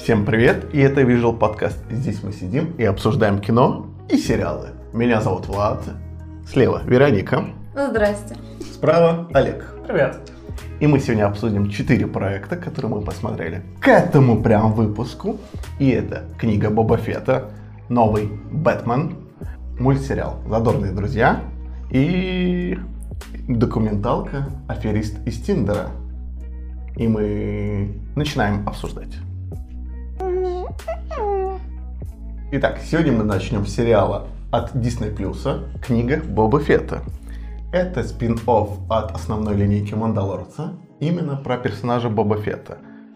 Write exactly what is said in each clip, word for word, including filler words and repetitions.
Всем привет, и это Visual Podcast. Здесь мы сидим и обсуждаем кино и сериалы. Меня зовут Влад, слева Вероника. Здрасте. Справа Олег. Привет. И мы сегодня обсудим четыре проекта, которые мы посмотрели к этому прям выпуску. И это книга Боба Фетта, новый Бэтмен, мультсериал «Задорные друзья» и документалка «Аферист из Тиндера». И мы начинаем обсуждать. Итак, сегодня мы начнем с сериала от Disney плюс «Книга Боба Фетта». Это спин-офф от основной линейки «Мандалорца», именно про персонажа Боба Фетта.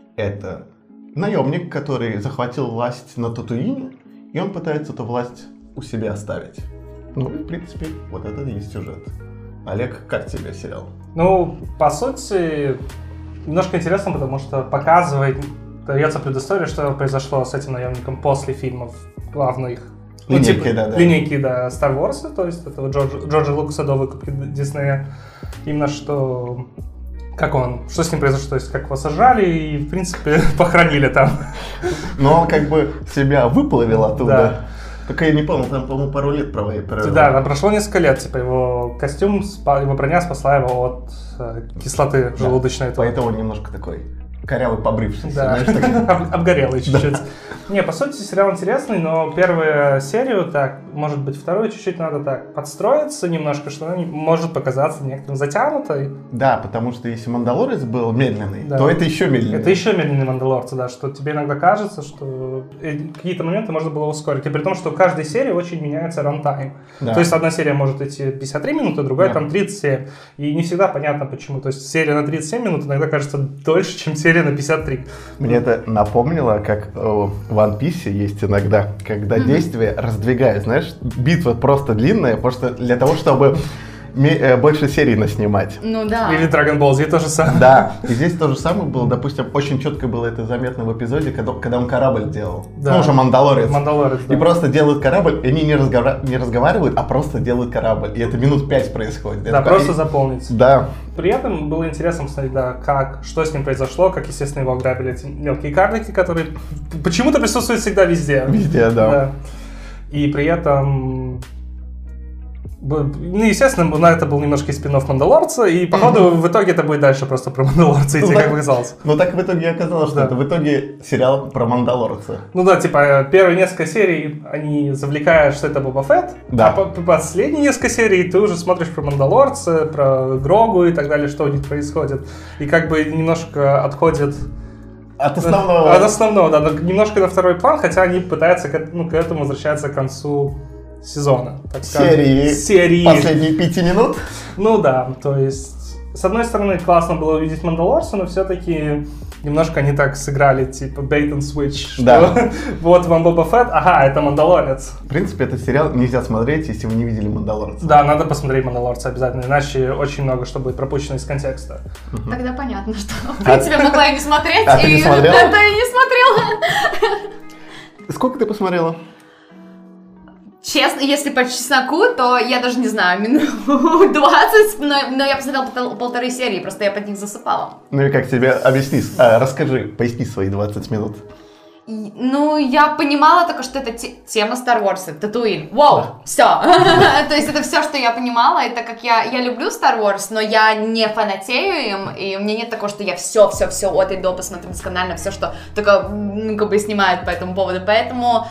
Это наемник, который захватил власть на Татуине, и он пытается эту власть у себя оставить. Ну, в принципе, вот это и есть сюжет. Олег, как тебе сериал? Ну, по сути, немножко интересно, потому что показывает, дается предыстория, что произошло с этим наемником после фильмов главных. Линейки, ну, типа, да, да. Линейки, да, Star Wars, то есть этого Джорджа, Джорджа Лукаса до выкупки Диснея. Именно что... Как он, что с ним произошло, то есть как его сожрали и, в принципе, похоронили там. Но он как бы себя выплавил оттуда. Да. Только я не помню, там, по-моему, пару лет проводил. Да, прошло несколько лет, типа его костюм, его броня спасла его от э, кислоты да. желудочной. Поэтому он немножко такой корявый, побрившийся. Да, знаешь, так... обгорелый чуть-чуть. Не, по сути, сериал интересный, но первую серию, так, может быть, вторую чуть-чуть надо так подстроиться немножко, что она может показаться некоторым затянутой. Да, потому что если «Мандалорец» был медленный, да. то это еще медленнее. Это еще медленный «Мандалорцы», да, что тебе иногда кажется, что какие-то моменты можно было ускорить. И при том, что в каждой серии очень меняется рантайм. Да. То есть одна серия может идти пятьдесят три минуты, другая да. там тридцать семь. И не всегда понятно, почему. То есть серия на тридцать семь минут иногда кажется дольше, чем серия на пятьдесят три. Мне это напомнило, как в One Piece есть иногда, когда mm-hmm. действие раздвигают, знаешь, битва просто длинная, просто для того, чтобы больше серий наснимать. Ну да. Или Dragon Ball Z то же самое. Да, и здесь то же самое было, допустим, очень четко было это заметно в эпизоде, когда, когда он корабль делал. Да. Ну, уже Мандалорец. Мандалорец, да. И просто делают корабль, и они не, разговар... не разговаривают, а просто делают корабль. И это минут пять происходит. Да, это... просто заполнить. Да. При этом было интересно посмотреть, да, как, что с ним произошло, как, естественно, его ограбили эти мелкие карлики, которые почему-то присутствуют всегда везде. Везде, да. да. И при этом... Ну, естественно, на это был немножко спин-офф «Мандалорца», и, походу, mm-hmm. в итоге это будет дальше просто про «Мандалорца» идти, ну, как оказалось. Ну, так в итоге оказалось, что да. это в итоге сериал про «Мандалорца». Ну да, типа, первые несколько серий они завлекают, что это Боба Фетт, да. а по- по- последние несколько серий ты уже смотришь про «Мандалорца», про Грогу и так далее, что у них происходит. И как бы немножко отходит... От основного. От основного, да, немножко на второй план, хотя они пытаются к, ну, к этому возвращаться к концу сезона. Так серии, серии последние пяти минут? Ну да, то есть, с одной стороны, классно было увидеть «Мандалорца», но все-таки немножко они так сыграли, типа, bait and switch, что да. вот вам Боба Фетт, ага, это «Мандалорец». В принципе, этот сериал нельзя смотреть, если вы не видели «Мандалорца». Да, надо посмотреть «Мандалорца» обязательно, иначе очень много что будет пропущено из контекста. Угу. Тогда понятно, что, в принципе, могла и не смотреть, а и не смотрела? Да, и не смотрела. Сколько ты посмотрела? Честно, если по чесноку, то я даже не знаю, минут двадцать, но, но я посмотрела пол, полторы серии, просто я под них засыпала. Ну и как тебе объясни, а, расскажи, поясни свои двадцать минут. И, ну, я понимала только, что это те, тема Star Wars, Татуин. Воу, да. все. То есть это все, что я понимала, и так как я, я люблю Star Wars, но я не фанатею им, и у меня нет такого, что я все-все-все от и до посмотрю досконально, все, что только, ну, как бы снимают по этому поводу, поэтому...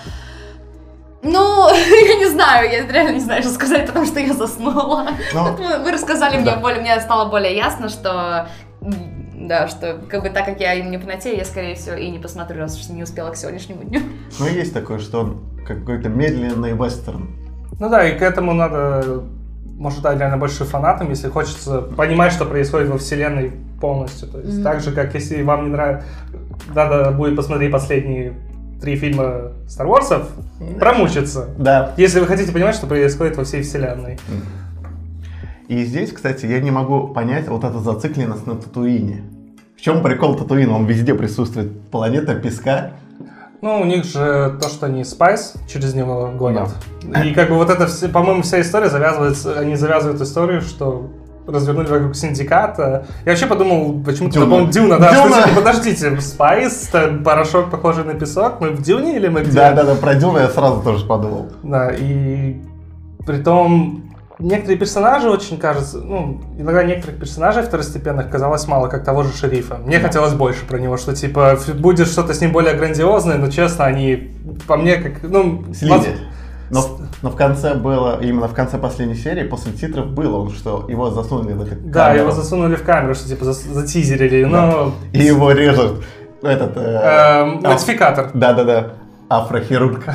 Ну, я не знаю, я реально не знаю, что сказать, потому что я заснула. Но... Вы рассказали да. мне, более, мне стало более ясно, что, да, что как бы так как я им не фанатею, я, скорее всего, и не посмотрю, раз уж не успела к сегодняшнему дню. Ну, есть такое, что он какой-то медленный вестерн. Ну да, и к этому надо, может, дать реально больше фанатам, если хочется понимать, что происходит во вселенной полностью. То есть mm-hmm. так же, как если вам не нравится, надо будет посмотреть последние три фильма Star Wars'ов, промучиться. Да. Если вы хотите понимать, что происходит во всей вселенной. И здесь, кстати, я не могу понять вот эту зацикленность на Татуине. В чем прикол Татуина? Он везде присутствует. Планета песка. Ну, у них же то, что они спайс через него гонят. Да. И как бы вот это, по-моему, вся история завязывается, они завязывают историю, что развернули вокруг Синдиката. Я вообще подумал, почему-то Дюна. напомнил Дюна, да, Дюна. что типа, подождите, Спайс, порошок, похожий на песок, мы в Дюне или мы где? Да-да-да, про Дюну я сразу тоже подумал. Да, и притом некоторые персонажи очень, кажется, ну, иногда некоторых персонажей второстепенных казалось мало, как того же шерифа. Мне да. хотелось больше про него, что типа будет что-то с ним более грандиозное, но честно, они по мне как, ну... Слили. Но, но в конце было, именно в конце последней серии, после титров было, он, что его засунули в эту камеру. Да, его засунули в камеру, что типа затизерили, но... Да. И его режет этот... Э, модификатор. Да-да-да, афрохирург.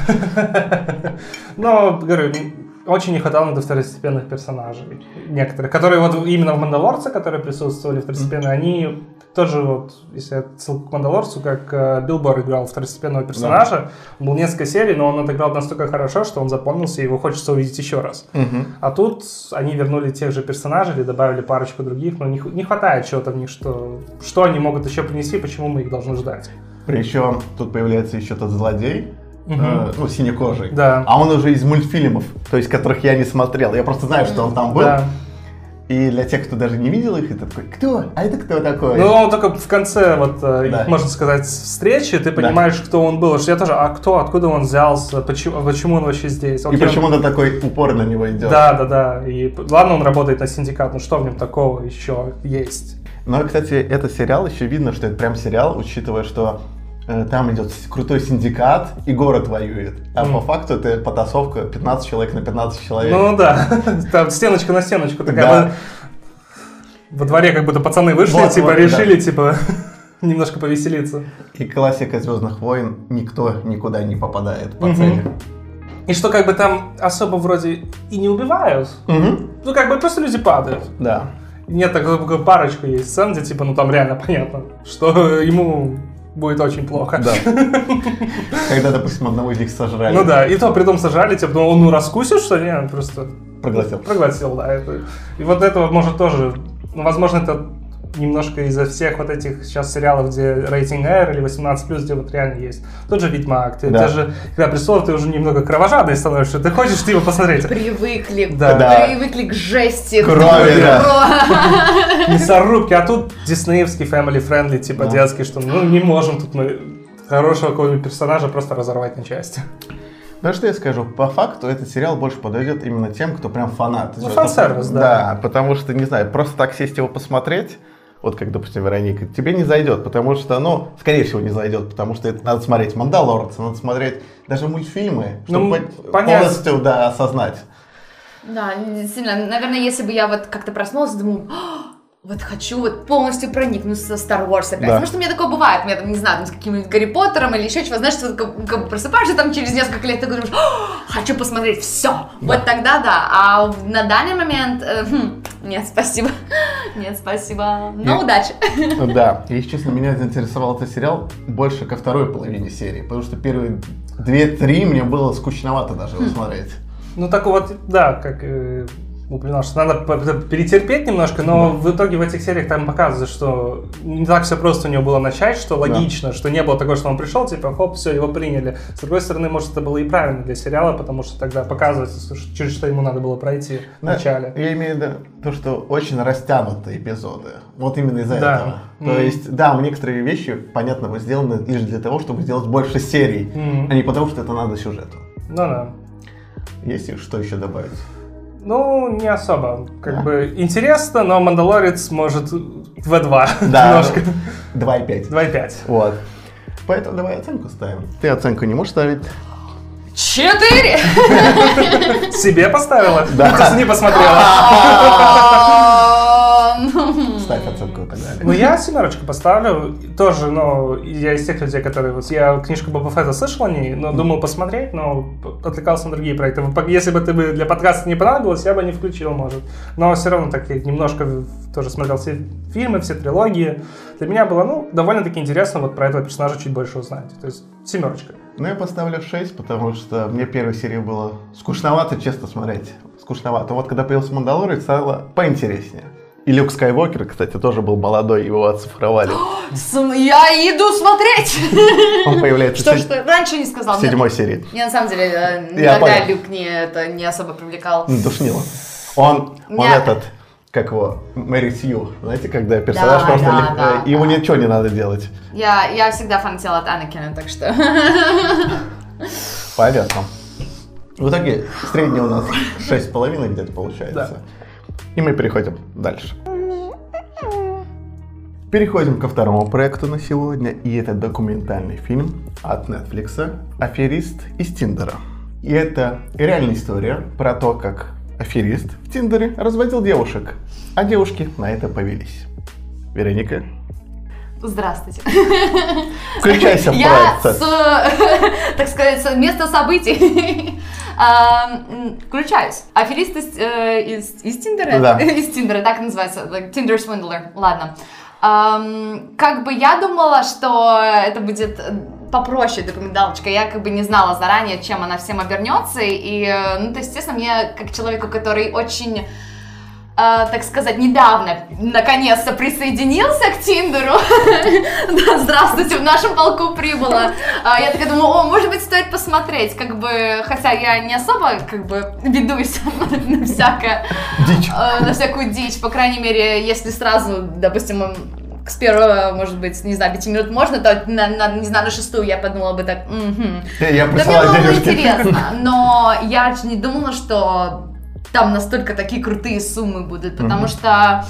Но, говорю, очень не хватало на второстепенных персонажей. Некоторых, которые вот именно в «Мандалорце», которые присутствовали второстепенные, они тоже вот, если отсылка к «Мандалорцу», как uh, Билл Борр играл второстепенного персонажа, да. Он был несколько серий, но он отыграл настолько хорошо, что он запомнился, и его хочется увидеть еще раз. Угу. А тут они вернули тех же персонажей или добавили парочку других, но не, не хватает чего-то в них, что, что они могут еще принести, почему мы их должны ждать. Причем тут появляется еще тот злодей, угу. э, ну, синекожий, да. А он уже из мультфильмов, то есть которых я не смотрел, я просто знаю, что он там был. Да. И для тех, кто даже не видел их, это такой, кто? А это кто такой? Ну, он только в конце, вот, да. можно сказать, встречи, ты понимаешь, да. кто он был. Что я тоже, а кто, откуда он взялся, почему, почему он вообще здесь? Он и почему он такой упор на него идет. Да, да, да. И ладно, он работает на Синдикат, но что в нем такого еще есть? Ну, кстати, этот сериал, еще видно, что это прям сериал, учитывая, что э, там идет крутой синдикат и город воюет. А mm. по факту это потасовка пятнадцать человек на пятнадцать человек. Ну да, там стеночка на стеночку такая. Да. Во дворе как будто пацаны вышли, вот, типа вот, решили, да. типа, немножко повеселиться. И классика «Звездных войн», никто никуда не попадает по mm-hmm. цели. И что как бы там особо вроде и не убивают. Mm-hmm. Ну как бы просто люди падают. Да. Нет, такой парочку есть сцен, где типа, ну там реально понятно, что ему будет очень плохо. Да. Когда, допустим, одного из них сожрали. Ну да, и то при том сожрали, типа, ну он ну раскусил, что ли? Он просто... Проглотил. Проглотил, да. Это... И вот это может тоже, ну возможно это немножко из-за всех вот этих сейчас сериалов, где рейтинг R или восемнадцать плюс, где вот реально есть. Тот же «Ведьмак», ты да. даже, когда «Престолов», ты уже немного кровожадный становишься, ты хочешь ты его посмотреть. Привыкли, да. Да. Привыкли к жести. Крови, да. Мясорубки, а тут диснеевский, family friendly, типа да. детский, что ну не можем тут мы хорошего какого-нибудь персонажа просто разорвать на части. Ну что я скажу, по факту этот сериал больше подойдет именно тем, кто прям фанат. Ну фан-сервис, да. Да, потому что, не знаю, просто так сесть его посмотреть, вот как, допустим, Вероника, тебе не зайдет, потому что, ну, скорее всего, не зайдет, потому что это надо смотреть «Мандалорца», надо смотреть даже мультфильмы, чтобы ну, полностью, да, осознать. Да, действительно, наверное, если бы я вот как-то проснулась, думаю, вот хочу вот полностью проникнуться в Star Wars опять. Да. Потому что у меня такое бывает, у меня там, не знаю, там, с каким-нибудь Гарри Поттером или еще чего, знаешь, что ты как, как бы просыпаешься там через несколько лет, ты говоришь, хочу посмотреть все, да. Вот тогда да, а на данный момент, э, хм, нет, спасибо, нет, спасибо, но и, удачи. Да, и, если честно, меня заинтересовал этот сериал больше ко второй половине серии, потому что первые две-три мне было скучновато даже его смотреть. Ну так вот, да, как... Э... упоминал, что надо перетерпеть немножко, но да. в итоге в этих сериях там показывают, что не так все просто у него было начать, что логично, да. что не было такого, что он пришел, типа, хоп, все, его приняли. С другой стороны, может, это было и правильно для сериала, потому что тогда показывается, через что ему надо было пройти в да. начале. Я имею в виду то, что очень растянутые эпизоды. Вот именно из-за да. этого. Mm-hmm. То есть, да, некоторые вещи, понятно, сделаны лишь для того, чтобы сделать больше серий, mm-hmm. а не потому, что это надо сюжету. Ну да. Есть что еще добавить? Ну, не особо. Как да. бы интересно, но «Мандалорец» может вэ два да, немножко. два и пять. два и пять. Вот. Поэтому давай оценку ставим. Ты оценку не можешь ставить? Четыре! Себе поставила? Да. Просто не посмотрела. Ставь оценку тогда. Ну, я семерочку поставлю. Тоже, но я из тех людей, которые... Вот я книжку Боба Фетта слышал о ней, но думал посмотреть, но отвлекался на другие проекты. Если бы ты бы для подкаста не понадобилось, я бы не включил, может. Но все равно так я немножко тоже смотрел все фильмы, все трилогии. Для меня было, ну, довольно-таки интересно вот про этого персонажа чуть больше узнать. То есть семерочка. Ну, я поставлю шесть, потому что мне первая серия было скучновато, честно смотреть. Скучновато. Вот когда появился «Мандалорец», стало поинтереснее. И Люк Скайуокер, кстати, тоже был молодой, его оцифровали. Я иду смотреть! Он появляется что, что? Раньше не сказал. В седьмой серии. Я на самом деле, никогда Люк не, это, не особо привлекал. Душнило. Он, он этот, как его, Мэри Сью. Знаете, когда персонаж да, просто... Да, ли, да, ему да. ничего не надо делать. Я, я всегда фанатела от Анакина, так что... Понятно. В итоге средний у нас шесть с половиной где-то получается. Да. И мы переходим дальше. Переходим ко второму проекту на сегодня. И это документальный фильм от Netflix «Аферист из Тиндера». И это реальная история про то, как аферист в Тиндере разводил девушек, а девушки на это повелись. Вероника? Здравствуйте. Включайся в Я проект. с, так сказать, с места событий включаюсь. Аферист из, из, из Тиндера? Да. Из Тиндера, так называется. Like, Tinder Swindler. Ладно. Um, как бы я думала, что это будет попроще документалочка, я как бы не знала заранее, чем она всем обернется, и, ну, то есть, естественно, мне, как человеку, который очень, э, так сказать, недавно, наконец-то присоединился к Тиндеру, да, здравствуйте, в нашем полку прибыла, я такая думаю, о, может быть, стоит посмотреть, как бы, хотя я не особо, как бы, ведусь на всякое, Дичь. на всякую дичь, по крайней мере, если сразу, допустим, с первого, может быть, не знаю, пяти минут можно, то на, на, не знаю, на шестую я подумала бы так, угу. Я Да, мне было бы интересно, но я же не думала, что там настолько такие крутые суммы будут, потому mm-hmm. что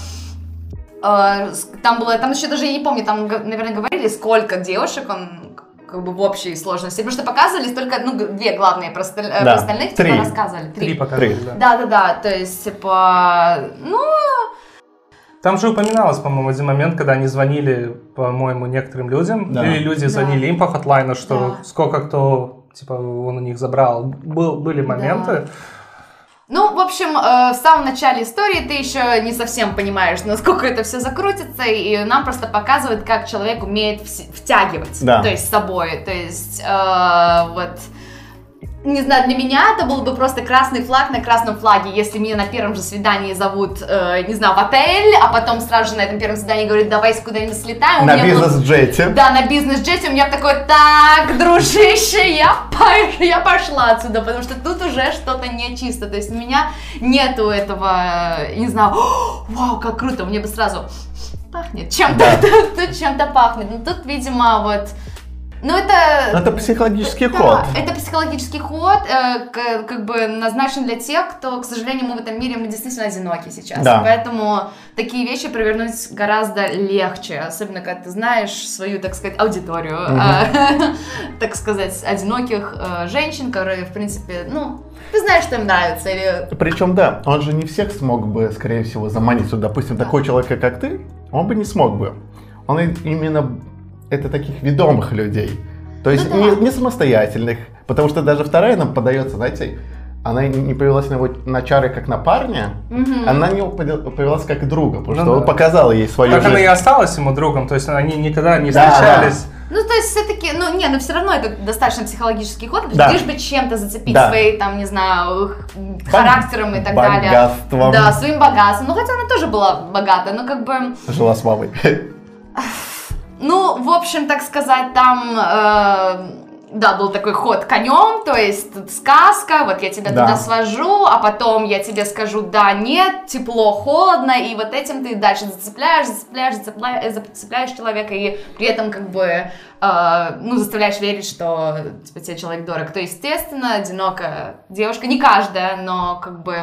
э, там было, там еще даже я не помню, там, наверное, говорили, сколько девушек он как бы в общей сложности, потому что показывали только, ну, две главные, про, осталь... да. про остальных Три. типа рассказывали. Три, Три показывали, да. Да-да-да, то есть, типа, ну... Там же упоминалось, по-моему, один момент, когда они звонили, по-моему, некоторым людям, да. или люди звонили да. им по хотлайну, что да. сколько кто, типа, он у них забрал. Был, были моменты. Да. Ну, в общем, э, в самом начале истории ты еще не совсем понимаешь, насколько это все закрутится, и нам просто показывают, как человек умеет в- втягивать, да. то есть с собой, то есть, э, вот... Не знаю, для меня это был бы просто красный флаг на красном флаге, если меня на первом же свидании зовут, э, не знаю, в отель, а потом сразу же на этом первом свидании говорят, давай куда-нибудь слетаем. На бизнес-джете. Был... Да, на бизнес-джете у меня такой, так, дружище, я, пош... я пошла отсюда, потому что тут уже что-то нечисто, то есть у меня нету этого, не знаю, вау, как круто, мне бы сразу пахнет чем-то, да. тут, тут чем-то пахнет, но тут, видимо, вот... Ну, это... Это психологический да, ход. Это психологический ход, э, к, как бы назначен для тех, кто, к сожалению, мы в этом мире, мы действительно одиноки сейчас. Да. Поэтому такие вещи провернуть гораздо легче, особенно когда ты знаешь свою, так сказать, аудиторию, угу. э, так сказать, одиноких э, женщин, которые, в принципе, ну, ты знаешь, что им нравится. Или... Причем, да, он же не всех смог бы, скорее всего, заманить сюда. Допустим, да. такой человек, как ты, он бы не смог бы. Он именно... Это таких ведомых людей, то есть ну, да. не, не самостоятельных, потому что даже вторая нам подается, знаете, она не повелась на, его, на чары как на парня, mm-hmm. она не повелась как друга, потому ну, что да. он показал ей свою так жизнь. Она и осталась ему другом, то есть они никогда не да, встречались. Да. Ну, то есть все-таки, ну, не, но все равно это достаточно психологический ход, да. лишь бы чем-то зацепить да. своей, там, не знаю, характером и так богатством. далее. Да, своим богатством, ну, хотя она тоже была богата, но как бы... Жила с мамой. Ну, в общем, так сказать, там, э, да, был такой ход конем, то есть тут сказка, вот я тебя да. туда свожу, а потом я тебе скажу да, нет, тепло, холодно, и вот этим ты дальше зацепляешь, зацепляешь, зацепляешь, зацепляешь человека, и при этом как бы, э, ну, заставляешь верить, что типа, тебе человек дорог. То, естественно, одинокая девушка, не каждая, но как бы...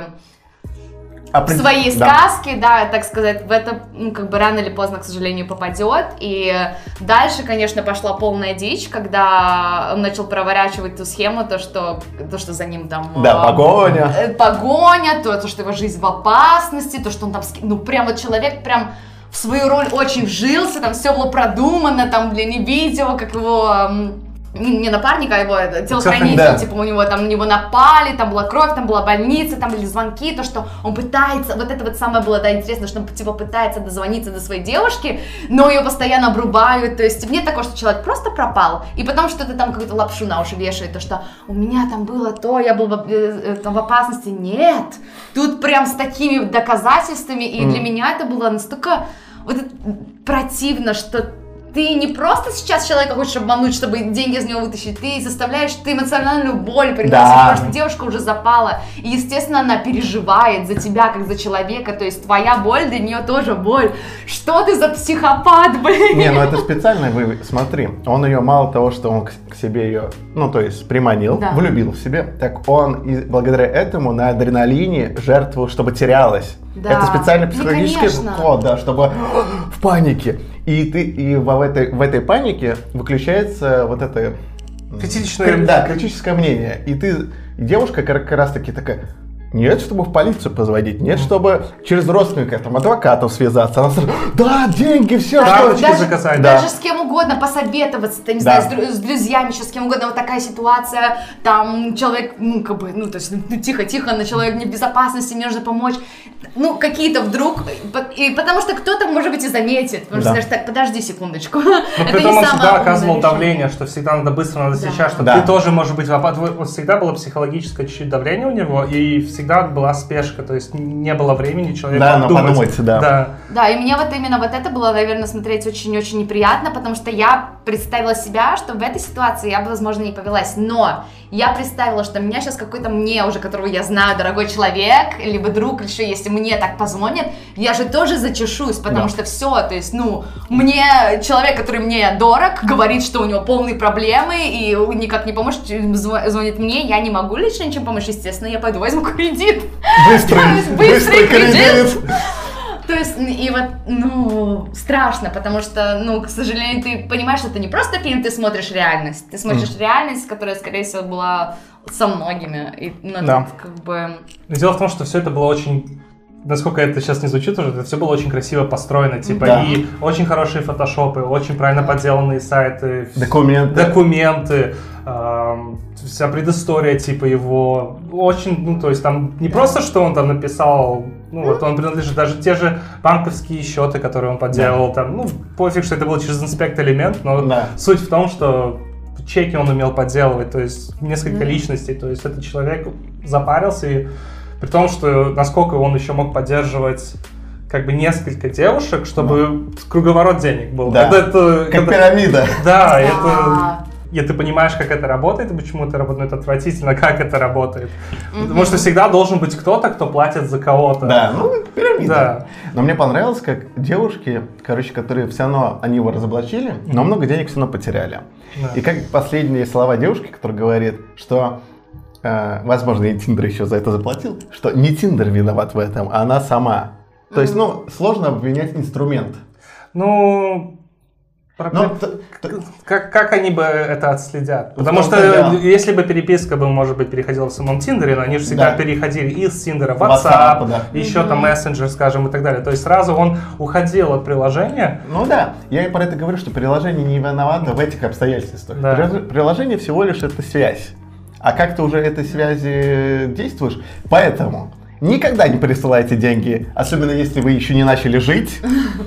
А в своей да. сказке, да, так сказать, в это, ну, как бы рано или поздно, к сожалению, попадет. И дальше, конечно, пошла полная дичь, когда он начал проворачивать ту схему, то, что, то, что за ним там... Да, погоня. Э, погоня, то, то, что его жизнь в опасности, то, что он там, ну, прям вот человек прям в свою роль очень вжился, там все было продумано, там, блин, и видео, как его... Не, не напарника, а его телохранитель, да. типа у него там на него напали, там была кровь, там была больница, там были звонки, то, что он пытается, вот это вот самое было, да, интересно, что он типа пытается дозвониться до своей девушки, но ее постоянно обрубают, то есть нет такого, что человек просто пропал, и потом что-то там какую-то лапшу на уши вешает, то, что у меня там было то, я был в, э, там в опасности, нет, тут прям с такими доказательствами, и mm. для меня это было настолько вот это, противно, что ты не просто сейчас человека хочешь обмануть, чтобы деньги из него вытащить, ты заставляешь, ты эмоциональную боль приносишь, да. потому что девушка уже запала, и, естественно, она переживает за тебя, как за человека, то есть твоя боль для нее тоже боль. Что ты за психопат, блин? Не, ну это специально, вы смотри, он ее мало того, что он к, к себе ее, ну то есть приманил, да. влюбил в себя, так он и благодаря этому на адреналине жертву, чтобы терялась. Да. Это специальный психологический код, да, чтобы в панике. И ты и в этой, в этой панике выключается вот это критичное, да, критическое мнение. И ты, девушка как раз таки такая: нет, чтобы в полицию позвонить, нет, чтобы через родственников, там, адвокатов связаться. Она сразу: да, деньги, все, да, что даже, заказать. Даже да. с кем угодно посоветоваться, ты не да. знаю, с, с друзьями, сейчас с кем угодно, вот такая ситуация, там человек, ну, как бы, ну, то есть, ну, тихо-тихо, на человек не в безопасности, мне нужно помочь. Ну, какие-то вдруг, и потому что кто-то, может быть, и заметит, потому что да. скажет: так, подожди секундочку. Но при этом он всегда оказывал давление, что всегда надо быстро, надо да. сейчас, чтобы да. ты тоже, может быть, вот всегда было психологическое чуть-чуть давление у него, и всегда была спешка, то есть не было времени человеку да, думать. Да, подумайте, да. да. Да, и мне вот именно вот это было, наверное, смотреть очень-очень неприятно, потому что я представила себя, что в этой ситуации я бы, возможно, не повелась, но я представила, что меня сейчас какой-то мне уже, которого я знаю, дорогой человек, либо друг, или что, если мне так позвонят, я же тоже зачешусь, потому да. что все, то есть, ну, мне человек, который мне дорог, говорит, что у него полные проблемы и никак не поможет, звонит мне, я не могу лично ничем помочь, естественно, я пойду возьму кредит. Быстрый, быстрый кредит. То есть, и вот, ну, страшно, потому что, ну, к сожалению, ты понимаешь, что это не просто фильм, ты смотришь реальность. Ты смотришь mm. реальность, которая, скорее всего, была со многими. И, ну, да. тут, как бы... Дело в том, что все это было очень... Насколько это сейчас не звучит уже, это все было очень красиво построено, типа, да. и очень хорошие фотошопы, очень правильно подделанные сайты, документы, документы э, вся предыстория, типа, его, очень, ну, то есть, там, не просто, что он там написал, ну, вот, он принадлежит, даже те же банковские счеты, которые он подделал, да. там, ну, пофиг, что это было через инспект элемент, но да. суть в том, что чеки он умел подделывать, то есть, несколько mm. личностей, то есть, этот человек запарился и... При том, что насколько он еще мог поддерживать как бы несколько девушек, чтобы да. круговорот денег был. Да. Это, это, как это, пирамида. Да, это... И ты понимаешь, как это работает, и почему это работает, это отвратительно, как это работает. Mm-hmm. Потому что всегда должен быть кто-то, кто платит за кого-то. Да, ну, пирамида. Да. Но мне понравилось, как девушки, короче, которые все равно, они его разоблачили, mm-hmm. но много денег все равно потеряли. Да. И как последние слова девушки, которая говорит, что... возможно, и Тиндер еще за это заплатил, что не Тиндер виноват в этом, а она сама. То есть, ну, сложно обвинять инструмент. Ну, Но, как, как они бы это отследят? Потому что да. если бы переписка бы, может быть, переходила в самом Тиндере, но они же всегда да. переходили из Тиндера в WhatsApp, WhatsApp да. еще mm-hmm. там мессенджер, скажем, и так далее. То есть сразу он уходил от приложения. Ну да, я и про это говорю, что приложение не виновато в этих обстоятельствах. Да. Приложение всего лишь это связь. А как ты уже этой связи действуешь? Поэтому никогда не присылайте деньги, особенно если вы еще не начали жить.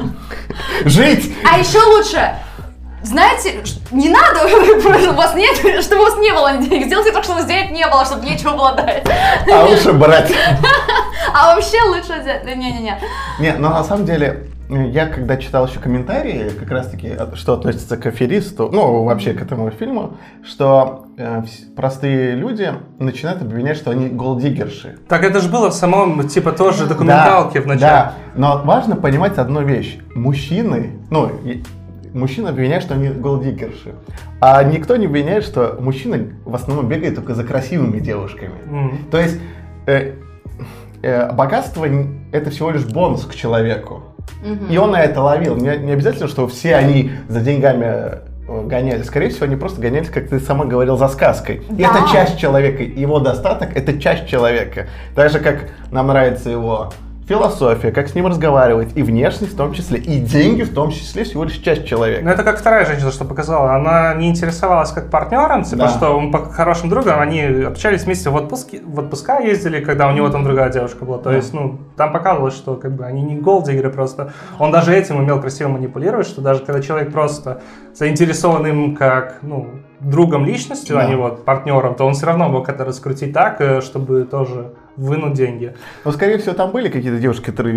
Жить! А еще лучше, знаете, не надо, у вас нет, чтобы у вас не было денег. Сделайте так, чтобы у вас денег не было, чтобы нечего было дать. А лучше брать. А вообще лучше взять. Не-не-не. Не, но на самом деле... Я когда читал еще комментарии, как раз таки, что относится к аферисту, ну, вообще к этому фильму, что э, простые люди начинают обвинять, что они голддиггерши. Так это же было в самом, типа, тоже документалке да, в начале. Да, но важно понимать одну вещь. Мужчины, ну, мужчины обвиняют, что они голддиггерши, а никто не обвиняет, что мужчина в основном бегает только за красивыми девушками. Mm. То есть э, э, богатство — это всего лишь бонус к человеку. Uh-huh. И он на это ловил. Не, не обязательно, что все они за деньгами гонялись. Скорее всего, они просто гонялись, как ты сама говорил, за сказкой. Да. И это часть человека. Его достаток — это часть человека. Так же, как нам нравится его философия, как с ним разговаривать, и внешность в том числе, и деньги в том числе всего лишь часть человека. Ну это как вторая женщина, что показала. Она не интересовалась как партнером, типа, да. что он по хорошим другом, они общались вместе в отпуске, в отпуска ездили, когда у него там другая девушка была. То да. есть, ну, там показывалось, что как бы они не голддиггеры просто. Он даже этим умел красиво манипулировать, что даже когда человек просто заинтересован им как, ну, другом личностью, да. а не вот партнером, то он все равно мог это раскрутить так, чтобы тоже вынуть деньги. Но, скорее всего, там были какие-то девушки, которые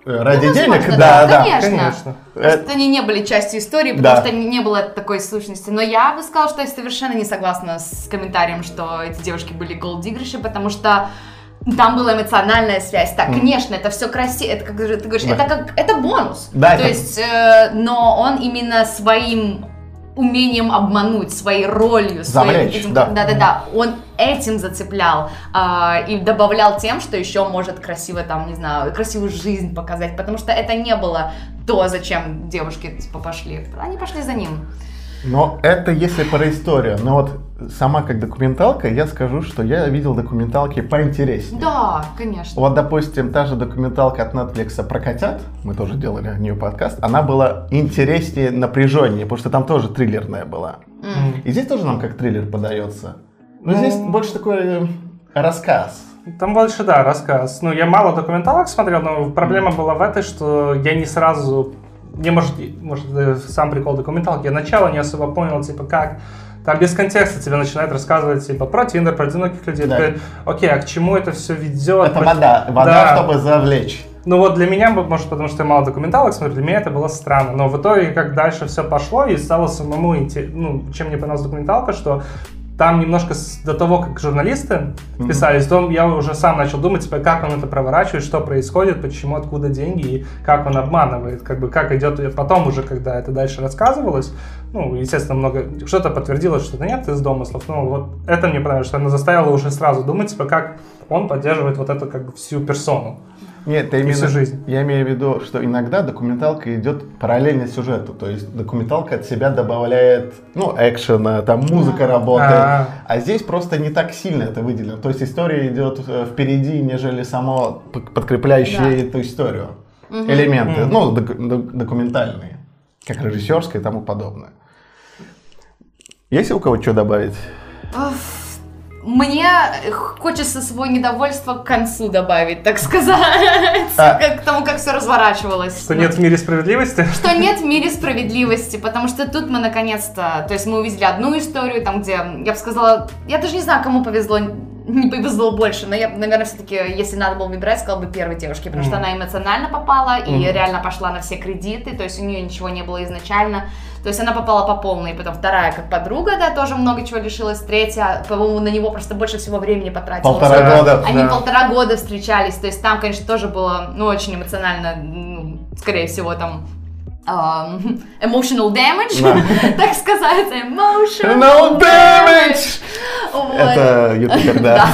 ради ну, денег, возможно, да, да. Конечно. Конечно. Просто они не были частью истории, потому Да. что не было такой сущности. Но я бы сказала, что я совершенно не согласна с комментарием, что эти девушки были голддиггерши, потому что там была эмоциональная связь. Так, mm. конечно, это все красиво, это как ты говоришь, да. это как это бонус. Да, То это... есть, э, но он именно своим умением обмануть, своей ролью, Завлечь, своим этим, да. да-да-да, он этим зацеплял э, и добавлял тем, что еще может красиво там, не знаю, красивую жизнь показать, потому что это не было то, зачем девушки типа пошли, они пошли за ним. Но это если про историю. Но вот сама как документалка, я скажу, что я видел документалки поинтереснее. Да, конечно. Вот, допустим, та же документалка от Netflix про котят, мы тоже делали о нее подкаст, она была интереснее, напряженнее, потому что там тоже триллерная была. Mm. И здесь тоже нам как триллер подается. Но mm. здесь больше такой рассказ. Там больше, да, рассказ. Ну, я мало документалок смотрел, но проблема mm. была в этой, что я не сразу... Мне, может, может, сам прикол документалки, я начало не особо понял, типа, как... Там без контекста тебе начинают рассказывать, типа, про Тиндер, про одиноких людей. Да. Такой, окей, а к чему это все ведет? Это вода, вода, да. чтобы завлечь. Ну вот для меня, может, потому что я мало документалок смотрю, для меня это было странно. Но в итоге, как дальше все пошло, и стало самому, ну, чем мне понравилась документалка, что там немножко с, до того, как журналисты вписались, mm-hmm. то я уже сам начал думать, типа, как он это проворачивает, что происходит, почему, откуда деньги и как он обманывает, как бы, как идет. И потом уже, когда это дальше рассказывалось, ну, естественно, много, что-то подтвердилось, что-то нет из домыслов, но вот это мне понравилось, что она заставила уже сразу думать, типа, как он поддерживает вот эту, как бы, всю персону. Нет, это именно, жизнь. Я имею в виду, что иногда документалка идет параллельно сюжету, то есть документалка от себя добавляет, ну, экшена, там музыка mm. работает, А-а-а. а здесь просто не так сильно это выделено, то есть история идет впереди, нежели само подкрепляющее да. эту историю, mm-hmm. элементы, mm-hmm. ну, док- документальные, как режиссерские и тому подобное. Есть у кого что добавить? Мне хочется свое недовольство к концу добавить, так сказать, а. к тому, как все разворачивалось. Что нет в мире справедливости? Что нет в мире справедливости, потому что тут мы наконец-то, то есть мы увидели одну историю, там где, я бы сказала, я даже не знаю, кому повезло, не повезло больше, но я, наверное, все-таки, если надо было выбирать, сказала бы первой девушке, потому mm. что она эмоционально попала mm. и реально пошла на все кредиты, то есть у нее ничего не было изначально. То есть она попала по полной, потом вторая как подруга, да, тоже много чего лишилась, третья, по-моему, на него просто больше всего времени потратила. Полтора Сколько? года. Они да. полтора года встречались, то есть там, конечно, тоже было, ну, очень эмоционально, ну, скорее всего, там, um, emotional damage, да. так сказать, emotional damage. Вот. Это ютубер, да.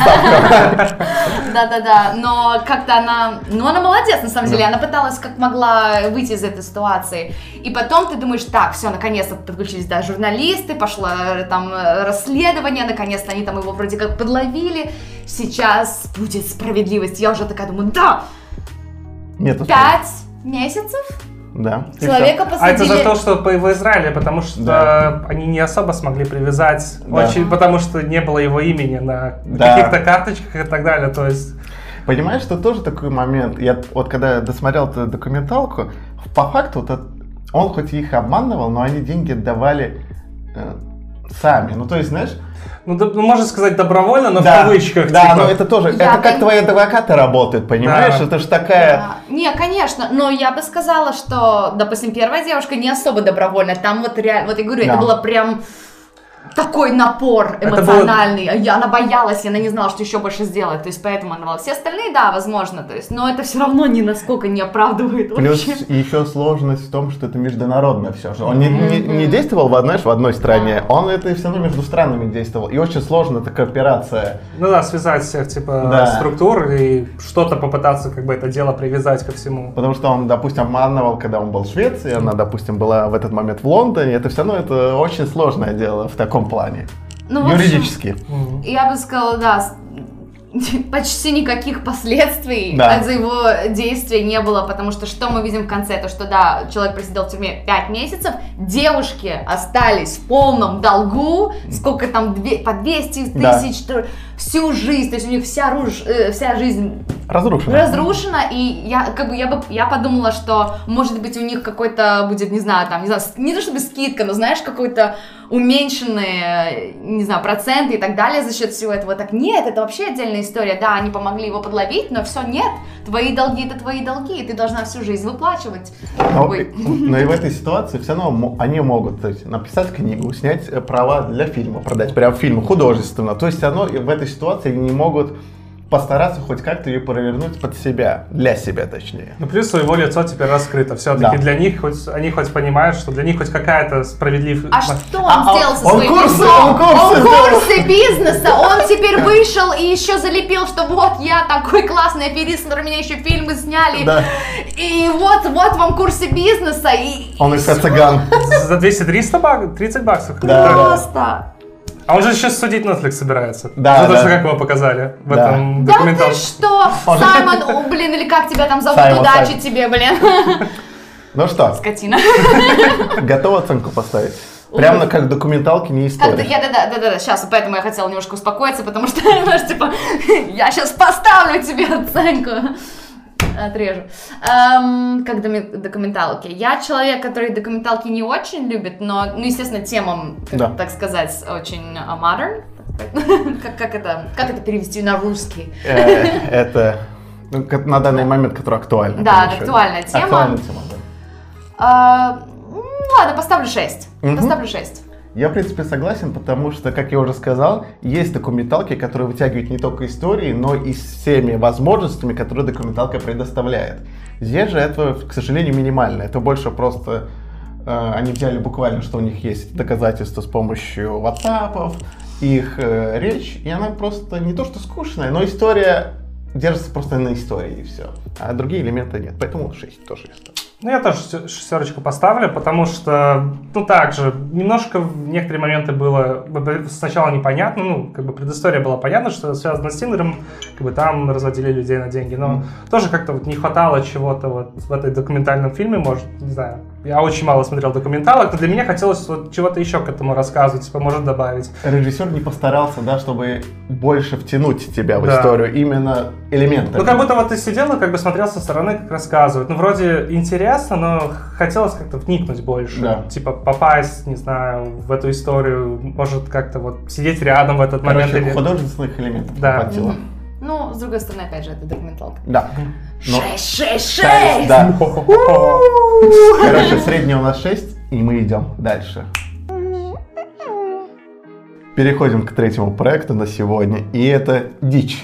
Да-да-да, но как-то она, ну она молодец на самом деле, она пыталась как могла выйти из этой ситуации. И потом ты думаешь, так, все, наконец-то подключились, да, журналисты, пошло там расследование, наконец-то они там его вроде как подловили, сейчас будет справедливость. Я уже такая думаю, да, Нет, пять месяцев? Да. Человека посадили. А это за то, что в Израиле, потому что да. они не особо смогли привязать, да. очень, потому что не было его имени на да. каких-то карточках и так далее, то есть... Понимаешь, что тоже такой момент, я вот когда досмотрел эту документалку, по факту вот, он хоть их обманывал, но они деньги давали э, сами, ну то есть, знаешь... Ну, да, ну, можно сказать, добровольно, но да, в кавычках. Да, типа. но это тоже, я это как твои адвокаты работают, понимаешь? Да. Это же такая... Да. Не, конечно, но я бы сказала, что, допустим, первая девушка не особо добровольная, там вот реально, вот я говорю, да. это было прям... такой напор эмоциональный, было... она боялась, она не знала, что еще больше сделать, то есть поэтому она давала. Все остальные, да, возможно, то есть, но это все равно ни насколько не оправдывает. Плюс вообще. еще сложность в том, что это международное все же. Он не, не, не действовал в одной, в одной стране, да. он это все равно между странами действовал, и очень сложно такая операция. Ну да, связать всех типа да. структур и что-то попытаться как бы это дело привязать ко всему. Потому что он, допустим, обманывал, когда он был в Швеции, она, допустим, была в этот момент в Лондоне, это все равно это очень сложное дело в таком плане. Ну, юридически. Общем, я бы сказала, да, почти никаких последствий да. за его действия не было, потому что что мы видим в конце, то что да, человек просидел в тюрьме пять месяцев, девушки остались в полном долгу, сколько там, по двести тысяч, да. всю жизнь, то есть у них вся, руж, э, вся жизнь разрушена. разрушена, и я, как бы, я, бы, я подумала, что, может быть, у них какой-то будет, не знаю, там, не знаю, не то чтобы скидка, но, знаешь, какой-то уменьшенные, не знаю, проценты и так далее за счет всего этого. Так нет, это вообще отдельная история. Да, они помогли его подловить, но все, нет. Твои долги — это твои долги, и ты должна всю жизнь выплачивать. Но, но и в этой ситуации все равно они могут, то есть, написать книгу, снять права для фильма, продать прям фильм художественно. То есть все равно в этой ситуации они не могут постараться хоть как-то ее провернуть под себя, для себя точнее. Ну плюс его лицо теперь раскрыто, все-таки да. Для них, хоть, они хоть понимают, что для них хоть какая-то справедливая... А что он а, сделал со он своим курсы, лицом? Он курсы, он курсы бизнеса, он теперь вышел и еще залепил, что вот я такой классный аферист, который меня еще фильмы сняли, да. И вот, вот вам курсы бизнеса. И, он и из цыган. За двести-триста баксов, тридцать баксов. Да. Просто. А он же сейчас судить Netflix собирается. Да, за то, да. что как его показали в да. этом Да документалке. ты что? Саймон, о, блин, или как тебя там зовут, Саймон, удачи Саймон. тебе, блин. Ну что? Скотина. Готова оценку поставить? Прямо как документалки, не история. Как-то, я, да, да, да, да, да, сейчас, поэтому я хотела немножко успокоиться, потому что, знаешь, типа, я сейчас поставлю тебе оценку. Отрежу. Эм, как документалки. Я человек, который документалки не очень любит, но, ну, естественно, темам, как, да. так сказать, очень uh, modern. как, как, это, как это перевести на русский? Это ну, на данный момент, который актуальна. Да, актуальная тема. Актуальная тема, да. Ну, ладно, поставлю шесть. Поставлю шесть. Я, в принципе, согласен, потому что, как я уже сказал, есть документалки, которые вытягивают не только истории, но и всеми возможностями, которые документалка предоставляет. Здесь же этого, к сожалению, минимально. Это больше просто э, они взяли буквально, что у них есть доказательства с помощью WhatsApp, их э, речь, и она просто не то что скучная, но история держится просто на истории, и все. А другие элементы нет. Поэтому шесть тоже я ставлю. Ну, я тоже шестерочку поставлю, потому что, ну, так же, немножко в некоторые моменты было сначала непонятно, ну, как бы предыстория была понятна, что связано с Тиндером, как бы там разводили людей на деньги, но mm. тоже как-то вот не хватало чего-то вот в этой документальном фильме, может, не знаю, я очень мало смотрел документалок, но для меня хотелось вот чего-то еще к этому рассказывать, типа, может добавить. Режиссер не постарался, да, чтобы больше втянуть тебя в да. историю, именно элементы. Ну, как будто вот ты сидел и как бы смотрел со стороны, как рассказывают, ну, вроде интересно, но хотелось как-то вникнуть больше, да. типа попасть, не знаю, в эту историю, может как-то вот сидеть рядом в этот Короче, момент. Или... художественных элементов да. не хватило. Mm-hmm. Ну, с другой стороны, опять же, это документалка. Да. Но... Шесть, шесть, шесть! Да. Короче, средняя у нас шесть, и мы идем дальше. Переходим к третьему проекту на сегодня, и это «Дичь».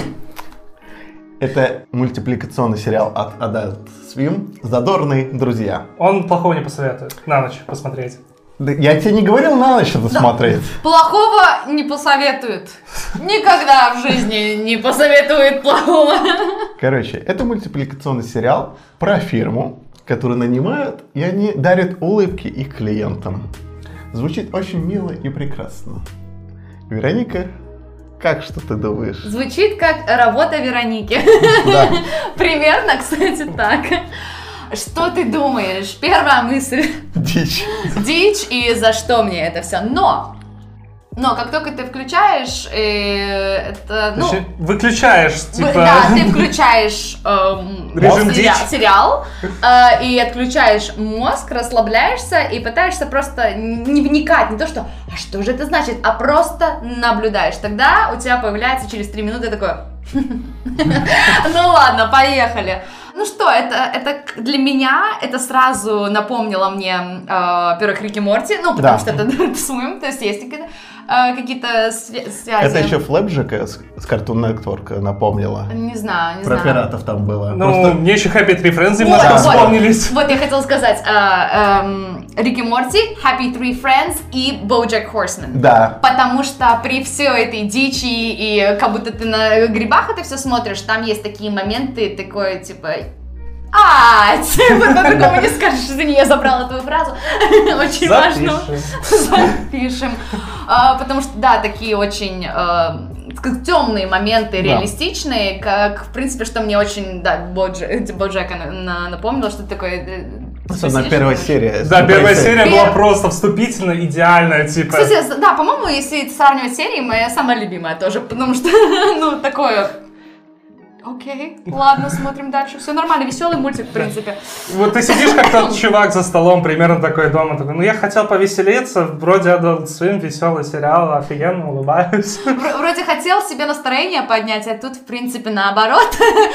Это мультипликационный сериал от Adult Swim «Задорные друзья». Он плохого не посоветует на ночь посмотреть. Да, я тебе не говорил на ночь это да. смотреть. Плохого не посоветует. Никогда в жизни не посоветует плохого. Короче, это мультипликационный сериал про фирму, которую нанимают, и они дарят улыбки их клиентам. Звучит очень мило и прекрасно. Вероника, как, что ты думаешь? Звучит как работа Вероники. Да. Примерно, кстати, так. Что ты думаешь? Первая мысль. Дичь. Дичь, и за что мне это все? Но, но как только ты включаешь, э, это, ну... Значит, выключаешь, типа... Да, ты включаешь э, режим сериал, дичь. сериал э, и отключаешь мозг, расслабляешься и пытаешься просто не вникать, не то что, а что же это значит, а просто наблюдаешь. Тогда у тебя появляется через три минуты такое... Ну ладно, поехали. Ну что, это, это для меня, это сразу напомнило мне, э, во-первых, Рик и Морти, ну, потому да. что это Adult Swim, то есть есть какие-то, э, какие-то связи. Это еще Флэпджека с, с Cartoon Network напомнила. Не знаю, не Про знаю. Про пиратов там было. Ну, Просто... мне еще Happy Tree Friends вот, немножко вот, вспомнились. Вот, я хотела сказать, э, э, Рик и Морти, Happy Tree Friends и BoJack Horseman. Да. Потому что при всей этой дичи и как будто ты на грибах это все смотришь, там есть такие моменты, такое, типа... А, по-другому не скажешь, извини, я забрала твою фразу. Очень важно. Запишем. Потому что, да, такие очень темные моменты, реалистичные, как, в принципе, что мне очень, да, Боджека напомнило, что такое Особенно первая серия. Да, первая серия была просто вступительно идеальная, типа. Кстати, да, по-моему, если сравнивать серии, моя самая любимая тоже, потому что, ну, такое... Окей, ладно, смотрим дальше. Все нормально, веселый мультик, в принципе. Вот ты сидишь как тот чувак за столом, примерно такой дома, такой, ну я хотел повеселиться, вроде Adult Swim, веселый сериал, офигенно, улыбаюсь. Вроде хотел себе настроение поднять, а тут, в принципе, наоборот,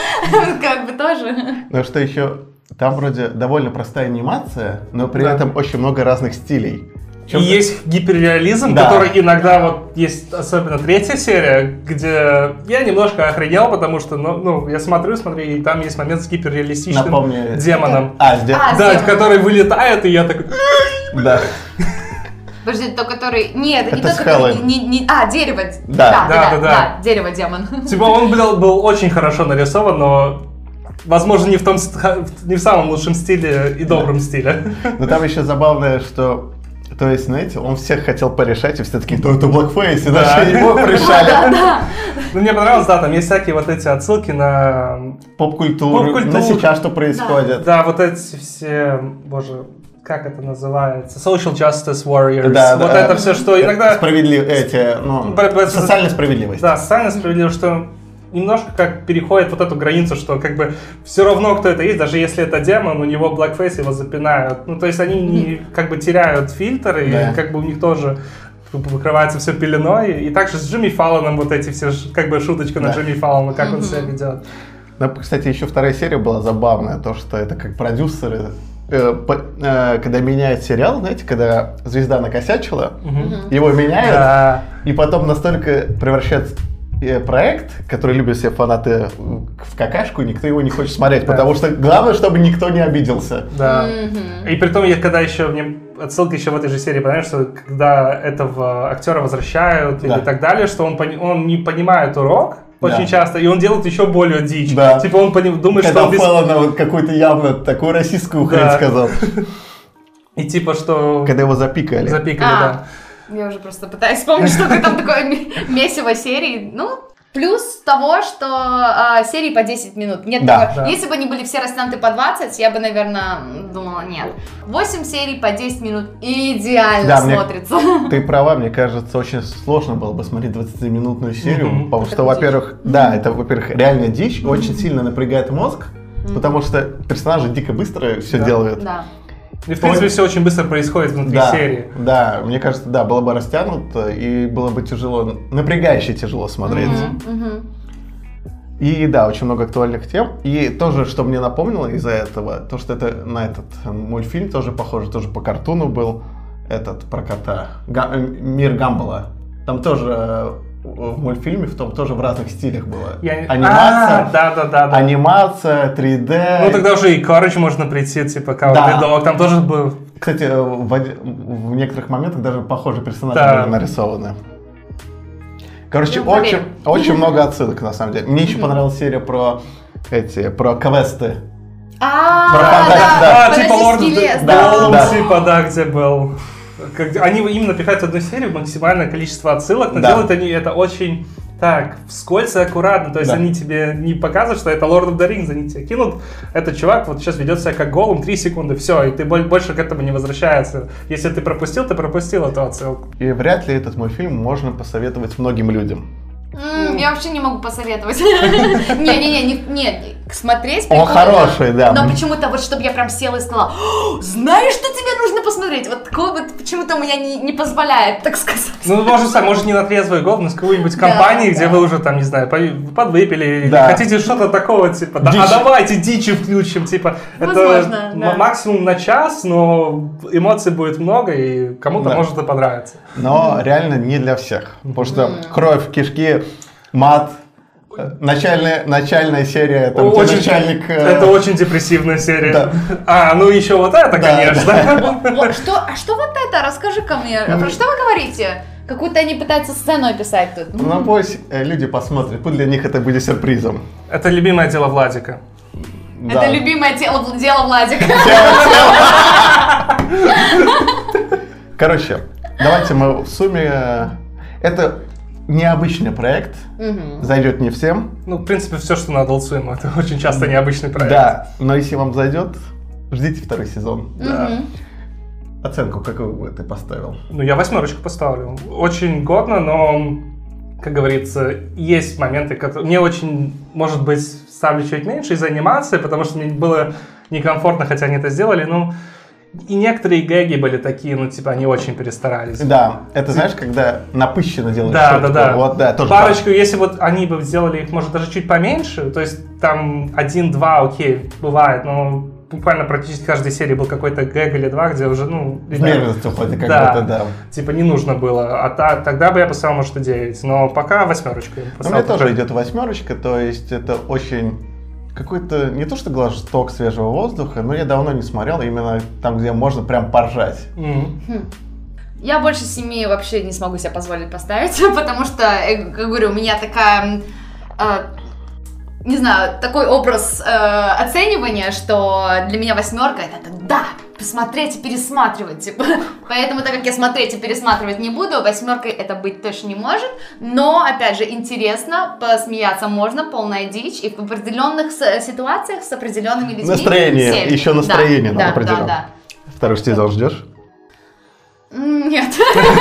как бы тоже. Ну что еще, там вроде довольно простая анимация, но при Да. этом очень много разных стилей. И есть гиперреализм, Да. который иногда вот есть, особенно третья серия, где я немножко охренел, потому что, ну, ну я смотрю, смотрю, и там есть момент с гиперреалистичным Напомни. демоном. А, с де- А, Да, демон. который вылетает, и я такой... Да. Подожди, то, который... Нет, не Это тот, с который... Хэллоуин. не- не- А, дерево. Да. Да, Да, да, да, да, да. дерево-демон. Типа он был, был очень хорошо нарисован, но, возможно, не в, том, ст- не в самом лучшем стиле и добром стиле. Но там еще забавное, что... То есть, знаете, он всех хотел порешать, и все такие, ну это Blackface, и Да. даже его порешали. Ну, мне понравилось, да, там есть всякие вот эти отсылки на... Поп-культуру, Поп-культуру. на сейчас что происходит. Да, вот эти все, боже, как это называется? Social Justice Warriors. Да, вот да. это все, что иногда... Справедлив... Эти, ну, Б- б- социальная справедливость. Да, социально справедливо, что немножко как переходит вот эту границу, что как бы все равно, кто это есть, даже если это демон, у него blackface, его запинают. Ну, то есть они не, как бы теряют фильтр, и Да. как бы у них тоже выкрывается все пеленой. И также с Джимми Фаллоном вот эти все, ш- как бы шуточка на Да. Джимми Фаллона, как он себя ведет. Ну, кстати, еще вторая серия была забавная, то, что это как продюсеры, э, по- э, когда меняют сериал, знаете, когда звезда накосячила, его меняют, Да. и потом настолько превращается э, проект, который любят все фанаты, в какашку, никто его не хочет смотреть, Да. потому что главное, чтобы никто не обиделся. Да. И при том, я когда еще, мне отсылка еще в этой же серии, понимаешь, что когда этого актера возвращают Да. или так далее, что он, пони- он не понимает урок очень Да. часто, и он делает еще более дичь. Да. Типа он пони- думает, Когда что он без... Фэллона вот какую-то явно такую российскую хрень Да. сказал, И типа что... когда его запикали. Запикали, А, да. Я уже просто пытаюсь вспомнить, что там такое м- месиво серий. Ну, плюс того, что а, серии по десять минут. Нет, Да, такого- да. Если бы они были все растянуты по двадцать, я бы, наверное, думала, нет. восемь серий по десять минут идеально Да, мне- смотрится. Ты права, мне кажется, очень сложно было бы смотреть двадцатиминутную серию, Мгм. потому Это что, дичь. во-первых, да, это, во-первых, реально дичь, очень сильно напрягает мозг, потому что персонажи дико быстро все Да. делают. Да. И в принципе все очень быстро происходит внутри Да, серии. да, мне кажется, да, было бы растянуто и было бы тяжело, напрягающе тяжело смотреть. Мгм, мгм. И да, очень много актуальных тем. И тоже, что мне напомнило из-за этого, то, что это на этот э, мультфильм тоже похоже, тоже по картуну был, этот про кота, Га- э, Мир Гамбола. Там тоже э, в мультфильме, в том тоже в разных стилях было. Я не- Анимация, А, да, да, да, да. анимация, три дэ. Ну тогда уже и Короче можно прийти, типа Cowardly Да. Dog, там тоже был... Кстати, э, в, оди- в некоторых моментах даже похожие персонажи Да. были нарисованы. Короче, Ну, очень, поверь. очень много отсылок на самом деле. Мне еще понравилась серия про эти, про квесты. А, Про фантазию, да, да. А, типа Lord of Фантастический лес, the да. Dome, Да. типа, да, где был. Как- они именно пихают в одну серию максимальное количество отсылок, но Да. делают они это очень так, вскользь и аккуратно. То есть Да. они тебе не показывают, что это Lord of the Rings, они тебе кинут. Этот чувак вот сейчас ведет себя как голым, три секунды, все, и ты боль- больше к этому не возвращаешься. Если ты пропустил, ты пропустил эту отсылку. И вряд ли этот мультфильм можно посоветовать многим людям. М, Я вообще не могу посоветовать. Не-не-не, не- не, смотреть Он прикольно. хороший, да. Но почему-то вот, чтобы я прям села и сказала, «О, знаешь, что тебе нужно посмотреть? Вот такое вот почему-то у меня не, не позволяет, так сказать. Ну, может, сам, может, не на трезвый год, но с какой-нибудь Да, компании, где да. вы уже там, не знаю, по- подвыпили, или Да. хотите что-то такого, типа, да, Дичь. а давайте дичи включим, типа, Возможно, это да. м- максимум на час, но эмоций будет много, и кому-то Да. может это понравиться. Но реально не для всех. Потому что кровь, кишки, мат. э, Начальная, начальная серия, там, где Очень- начальник... э, Это очень депрессивная серия. Да. А, ну еще вот это, Да, конечно. Вот что, а что вот это? Расскажи-ка мне. Про что вы говорите? Какую-то они пытаются сцену описать тут. Ну, пусть э, люди посмотрят, пусть для них это будет сюрпризом. Это любимое дело Владика. Это любимое дело, дело Владика. Короче, давайте мы в сумме... э, Это необычный проект, Мгм. зайдет не всем. Ну, в принципе, все, что на Adult Swim, это очень часто необычный проект. Да, но если вам зайдет, ждите второй сезон. Да. Оценку какую бы ты поставил? Ну, я восьмерочку поставлю. Очень годно, но, как говорится, есть моменты, которые... Мне очень, может быть, ставлю чуть меньше из-за анимации, потому что мне было некомфортно, хотя они это сделали, но... И некоторые гэги были такие, ну, типа, они очень перестарались. Да, это, знаешь, когда напыщенно делаешь да, шутку. Да, да, вот, да. Тоже Парочку, пар... если вот они бы сделали их, может, даже чуть поменьше, то есть там один-два, окей, бывает, но буквально практически в каждой серии был какой-то гэг или два, где уже, ну... С мерзостью хоть как да, будто, да. Типа не нужно было, а та, тогда бы я поставил, может, и девять, но пока восьмерочку. У меня тоже идет восьмерочка, то есть это очень... Какой-то, не то что глоток свежего воздуха, но я давно не смотрел, именно там, где можно прям поржать. Mm-hmm. Я больше семи вообще не смогу себе позволить поставить, потому что, как говорю, у меня такая, э, не знаю, такой образ э, оценивания, что для меня восьмерка это да, посмотреть и пересматривать, типа. Поэтому, так как я смотреть и пересматривать не буду, восьмеркой это быть точно не может. Но, опять же, интересно, посмеяться можно, полная дичь, и в определенных ситуациях с определенными людьми. Настроение, всеми. еще настроение да, надо да, определенно. да, да. Второй сезон ждешь? Нет,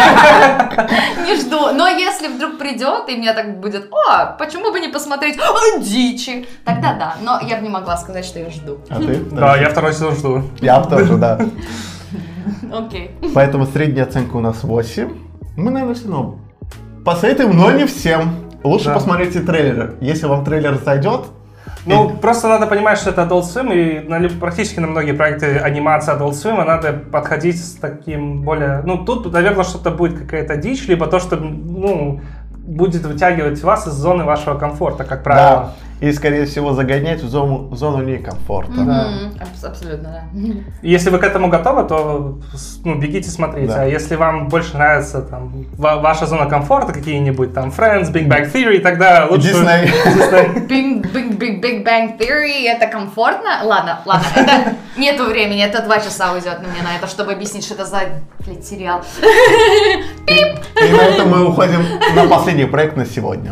не жду. Но если вдруг придет, и мне так будет, о, почему бы не посмотреть о, дичи, тогда да. Но я бы не могла сказать, что я жду. А ты? Да, я второй сезон жду. Я тоже, да. Окей. Поэтому средняя оценка у нас восемь. Мы, наверное, все равно посоветуем, но не всем. Лучше да. посмотрите трейлеры. Если вам трейлер зайдет. Ну, и... просто надо понимать, что это Adult Swim, и на, практически на многие проекты анимации Adult Swim надо подходить с таким более... Ну, тут, наверное, что-то будет какая-то дичь, либо то, что, ну, будет вытягивать вас из зоны вашего комфорта, как правило. Да, и, скорее всего, загонять в зону, в зону некомфорта. Mm-hmm. Да. Аб- абсолютно, да. Если вы к этому готовы, то ну, бегите, смотрите. Да. А если вам больше нравится там, ва- ваша зона комфорта, какие-нибудь там Friends, Big Bang Theory, тогда лучше... Disney. Big, big, big, big Bang Theory, это комфортно? Ладно, ладно, это нету времени, это два часа уйдет на мне на это, чтобы объяснить, что это за, блядь, сериал. Пип! И на этом мы уходим на последний проект на сегодня.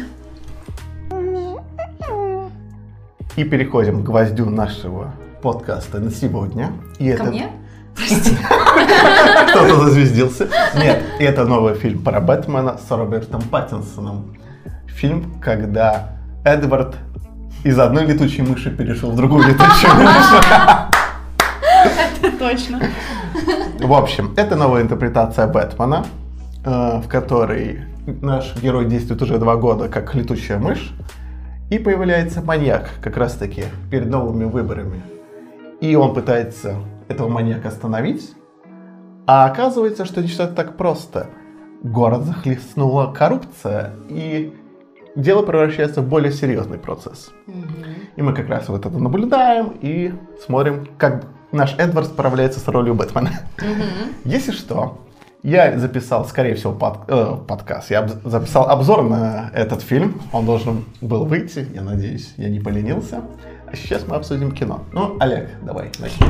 И переходим к гвоздю нашего подкаста на сегодня. И Ко это... мне? Прости. Кто-то зазвездился. Нет, это новый фильм про Бэтмена с Робертом Паттинсоном. Фильм, когда Эдвард из одной летучей мыши перешел в другую летучую мышь. Это точно. В общем, это новая интерпретация Бэтмена, в которой наш герой действует уже два года как летучая мышь. И появляется маньяк, как раз таки, перед новыми выборами. И он пытается этого маньяка остановить. А оказывается, что не все так просто. Город захлестнула коррупция, и дело превращается в более серьезный процесс. Mm-hmm. И мы как раз вот это наблюдаем и смотрим, как наш Эдвард справляется с ролью Бэтмена. Mm-hmm. Если что, я записал, скорее всего, под, э, подкаст. Я об, записал обзор на этот фильм. Он должен был выйти, я надеюсь, я не поленился. А сейчас мы обсудим кино. Ну, Олег, давай, начнем.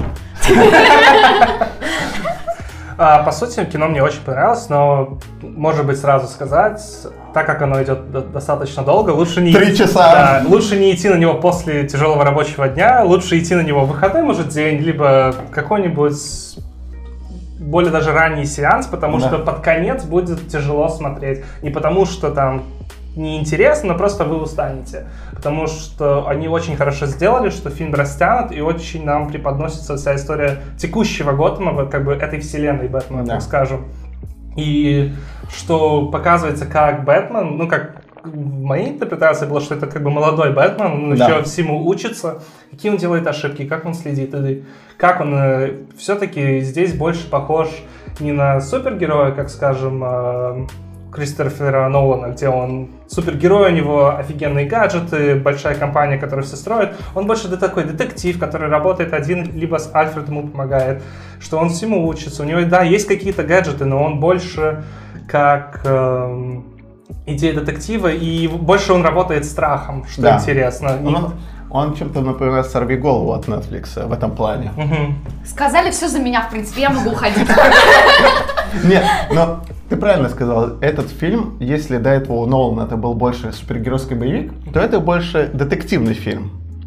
По сути, кино мне очень понравилось, но, может быть, сразу сказать, так как оно идет достаточно долго, лучше не... Три часа! Да, лучше не идти на него после тяжелого рабочего дня, лучше идти на него в выходной, может, день, либо какой-нибудь более даже ранний сеанс, потому да. что под конец будет тяжело смотреть. Не потому что там неинтересно, но просто вы устанете. Потому что они очень хорошо сделали, что фильм растянут, и очень нам преподносится вся история текущего Готэма, как бы этой вселенной Бэтмена, да. так скажем. И что показывается, как Бэтмен, ну как в моей интерпретации было, что это как бы молодой Бэтмен, он да. еще всему учится, какие он делает ошибки, как он следит, и как он э, все-таки здесь больше похож не на супергероя, как, скажем, э, Кристофера Нолана, где он супергерой, у него офигенные гаджеты, большая компания, которая все строит. Он больше да, такой детектив, который работает один, либо с Альфредом ему помогает, что он всему учится. У него, да, есть какие-то гаджеты, но он больше как э, идея детектива, и больше он работает страхом, что да. интересно. Он, он чем-то напоминает «Сорвиголову» от Netflix в этом плане. Угу. Сказали все за меня, в принципе, я могу уходить. Нет, но ты правильно сказал, этот фильм, если до этого у Нолана это был больше супергеройский боевик, то это больше детективный фильм.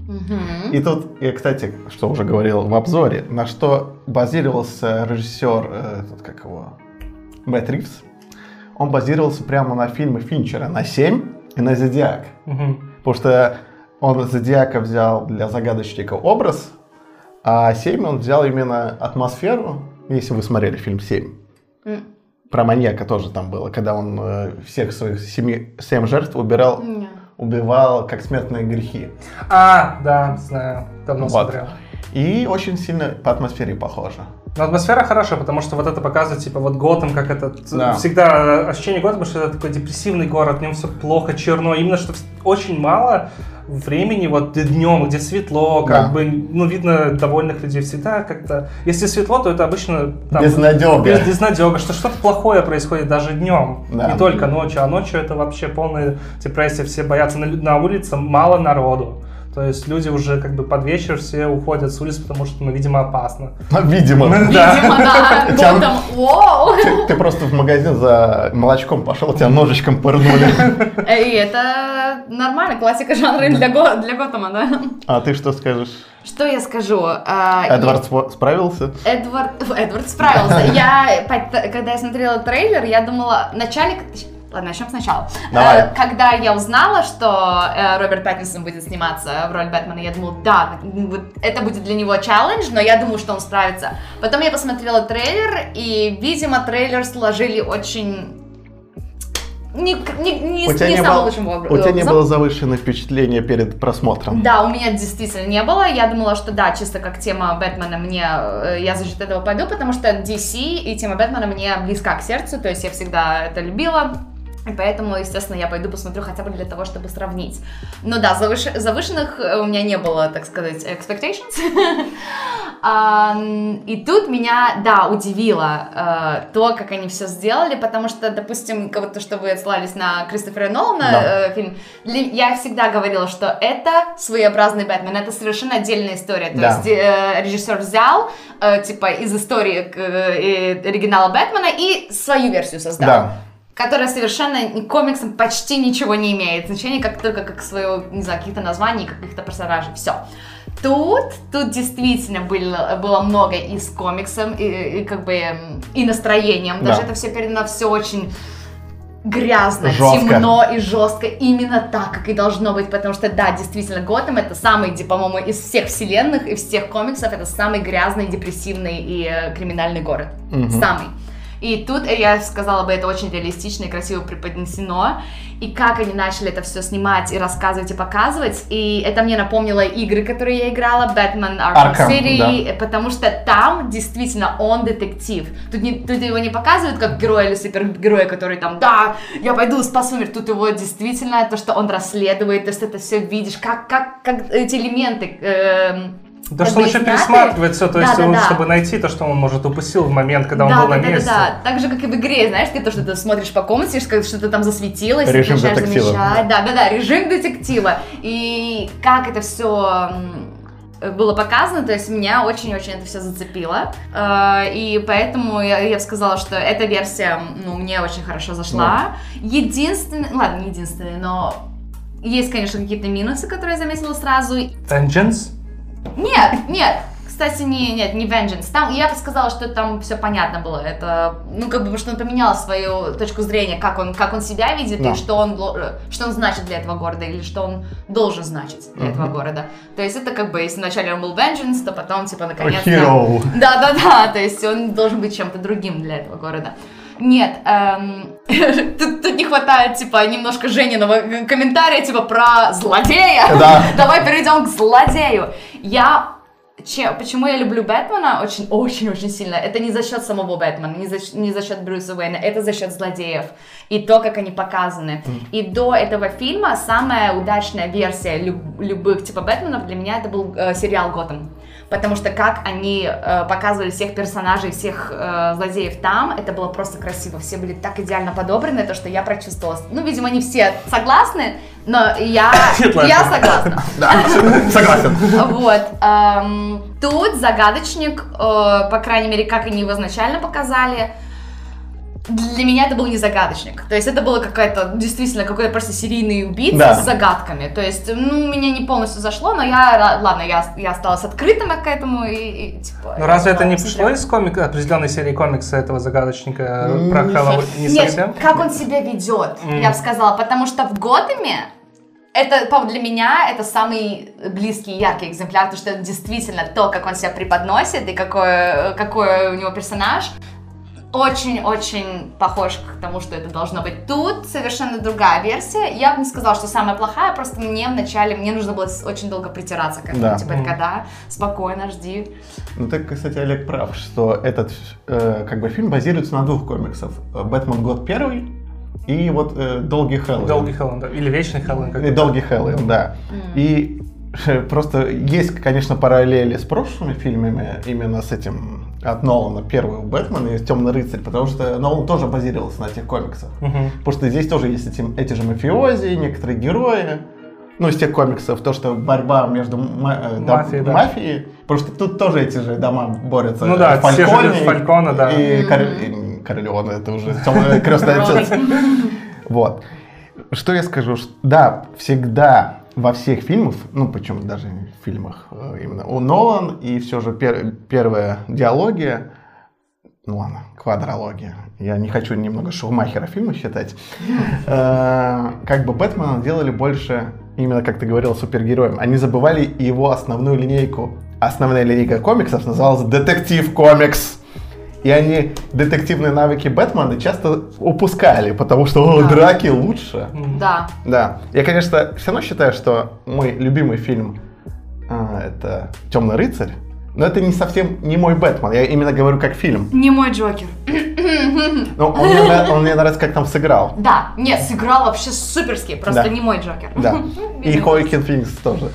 Угу. И тут, я, кстати, что уже говорил в обзоре, на что базировался режиссер, э, этот, как его, Мэтт Ривз, он базировался прямо на фильмы Финчера, на «семь» и на «Зодиак». Угу. Потому что он «Зодиака» взял для загадочника образ, а «семь» он взял именно атмосферу, если вы смотрели фильм «семь». Mm. Про маньяка тоже там было, когда он э, всех своих семи, семь жертв убирал, Yeah. убивал как смертные грехи. А, да, знаю, давно Вот. смотрел. И очень сильно по атмосфере похоже. Но атмосфера хорошая, потому что вот это показывает, типа, вот Готэм, как этот... Да. Всегда ощущение Готэма, что это такой депрессивный город, в нем все плохо, черно. Именно, что очень мало времени вот днем, где светло, как Да. бы, ну, видно довольных людей. Всегда как-то... Если светло, то это обычно... Там, Безнадега. Без, безнадега, что что-то плохое происходит даже днем. Да. Не только ночью, а ночью это вообще полная депрессия, все боятся. На, на улице мало народу. То есть люди уже как бы под вечер все уходят с улиц, потому что, ну, видимо, опасно. Видимо. Да. Видимо, да. Готэм, вау. Ты, ты просто в магазин за молочком пошел, тебя ножичком пырнули. И это нормально, классика жанра для, Го, для Готэма, да. А ты что скажешь? Что я скажу? А, Эдвард спо- справился? Эдвард, Эдвард справился. Я, когда я смотрела трейлер, я думала, начальник... Ладно, начнем сначала. Давай. Э, Когда я узнала, что э, Роберт Паттинсон будет сниматься в роли Бэтмена, я думала, да, вот это будет для него челлендж, но я думаю, что он справится. Потом я посмотрела трейлер, и, видимо, трейлер сложили очень... Не, не, не, У тебя не не самым было- лучшим образом. У тебя не было завышенное впечатление перед просмотром? Да, у меня действительно не было. Я думала, что да, чисто как тема Бэтмена мне, э, я за счет этого пойду, потому что ди си и тема Бэтмена мне близка к сердцу, то есть я всегда это любила. И поэтому, естественно, я пойду посмотрю хотя бы для того, чтобы сравнить. Но да, завыш... завышенных у меня не было, так сказать, expectations. И тут меня, да, удивило то, как они все сделали, потому что, допустим, как то, что вы отсылались на Кристофера Нолана Да. фильм, я всегда говорила, что это своеобразный Бэтмен, это совершенно отдельная история. То Да. есть режиссер взял, типа, из истории оригинала Бэтмена и свою версию создал. Да. Которая совершенно комиксом почти ничего не имеет значения, как только как своего, не знаю, каких-то названий, каких-то персонажей, все. Тут, тут действительно было, было много и с комиксом, и, и как бы и настроением. Даже Да. это все передано все очень грязно, Жестко. темно и жестко, именно так, как и должно быть, потому что, да, действительно, Готэм это самый, по-моему, из всех вселенных, из всех комиксов, это самый грязный, депрессивный и э, криминальный город. Мгм. Самый. И тут, я сказала бы, это очень реалистично и красиво преподнесено. И как они начали это все снимать и рассказывать и показывать. И это мне напомнило игры, которые я играла, Batman Arkham, Arkham, City, потому что там действительно он детектив. Тут, не, тут его не показывают как героя или супергероя, который там, да, я пойду спасу мир. Тут его действительно то, что он расследует, то есть это все видишь, как, как, как эти элементы... эм, Да, как что он бы еще изняты. пересматривает все, то Да, есть, да, он, да. чтобы найти то, что он, может, упустил в момент, когда он да, был да, на да, месте. да, да. Так же, как и в игре, знаешь, ты то, что ты смотришь по комнате, что-то там засветилось, Режим ты начинаешь детектива. замечать. Да, да, да, режим детектива. И как это все было показано, то есть меня очень-очень это все зацепило. Э, И поэтому я, я бы сказала, что эта версия, ну, мне очень хорошо зашла. Единственное, ладно, не единственное, но есть, конечно, какие-то минусы, которые я заметила сразу. Vengeance? Нет, нет, кстати, не, нет, не Vengeance. Там, я бы сказала, что там все понятно было. Это, ну, как бы, потому что он поменял свою точку зрения, как он, как он себя видит, Да. и что он, что он значит для этого города, или что он должен значить для этого города. То есть это как бы, если вначале он был Vengeance, то потом, типа, наконец-то... Hero. Да-да-да, то есть он должен быть чем-то другим для этого города. Нет, эм, тут, тут не хватает, типа, немножко Жениного комментария, типа, про злодея. Да. Давай перейдем к злодею. Я... Че, почему я люблю Бэтмена очень-очень-очень сильно? Это не за счет самого Бэтмена, не за, не за счет Брюса Уэйна, это за счет злодеев и то, как они показаны. Mm. И до этого фильма самая удачная версия люб, любых типа Бэтменов для меня это был э, сериал «Готэм». Потому что как они э, показывали всех персонажей, всех э, злодеев там, это было просто красиво. Все были так идеально подобраны, то, что я прочувствовала. Ну, видимо, не все согласны, но я, я согласна. Да, согласен. Вот. Эм, тут загадочник, э, по крайней мере, как они его изначально показали, для меня это был не загадочник. То есть это было какая-то, действительно, какой-то просто серийный убийца да. с загадками. То есть, ну, меня не полностью зашло, но я, ладно, я, я осталась открытым к этому и, и типа... Ну, разве это не пришло из комик, определенной серии комикса этого загадочника Mm, про не Хэллоуин? совсем. Не Нет, совсем? как он себя ведет, Mm. я бы сказала, потому что в Готэме это для меня это самый близкий, яркий экземпляр, потому что это действительно то, как он себя преподносит и какой, какой у него персонаж. Очень-очень похож к тому, что это должно быть. Тут совершенно другая версия. Я бы не сказала, что самая плохая, просто мне вначале, мне нужно было очень долго притираться к этому. Да. Типа, mm. да, спокойно, жди. Ну, ты, кстати, Олег прав, что этот э, как бы фильм базируется на двух комиксах. «Бэтмен. Год первый» и вот э, «Долгий Хэллоуин». «Долгий Хэллоуин», да. Или «Вечный Хэллоуин». Как и «Долгий Хэллоуин», да. Mm. И просто есть, конечно, параллели с прошлыми фильмами, именно с этим от Нолана, первый Бэтмен и «Темный рыцарь», потому что Нолан тоже базировался на этих комиксах. Uh-huh. Потому что здесь тоже есть эти, эти же мафиози, некоторые герои, ну, из тех комиксов, то, что борьба между ма- мафией, да, да. мафией, потому что тут тоже эти же дома борются. Ну да, Фальконе, все же Фалькона, да. И mm-hmm. Королеона, это уже темный крестный отец. Вот. Что я скажу? Да, всегда во всех фильмах, ну причем даже в фильмах именно у Нолан, и все же пер, первая диалогия, ну ладно, квадрология, я не хочу немного Шумахера фильма считать, как бы Бэтмена делали больше, именно как ты говорил, супергероем. Они забывали его основную линейку. Основная линейка комиксов называлась «Детектив комикс». И они детективные навыки Бэтмена часто упускали, потому что о, да. драки лучше. Да. Да. Я, конечно, все равно считаю, что мой любимый фильм а, это «Темный рыцарь», но это не совсем не мой Бэтмен. Я именно говорю как фильм. Не мой Джокер. Ну, он мне, он мне нравится, как там сыграл. Да, нет, сыграл вообще суперски, просто да. не мой Джокер. Да. И Хоакин Феникс тоже.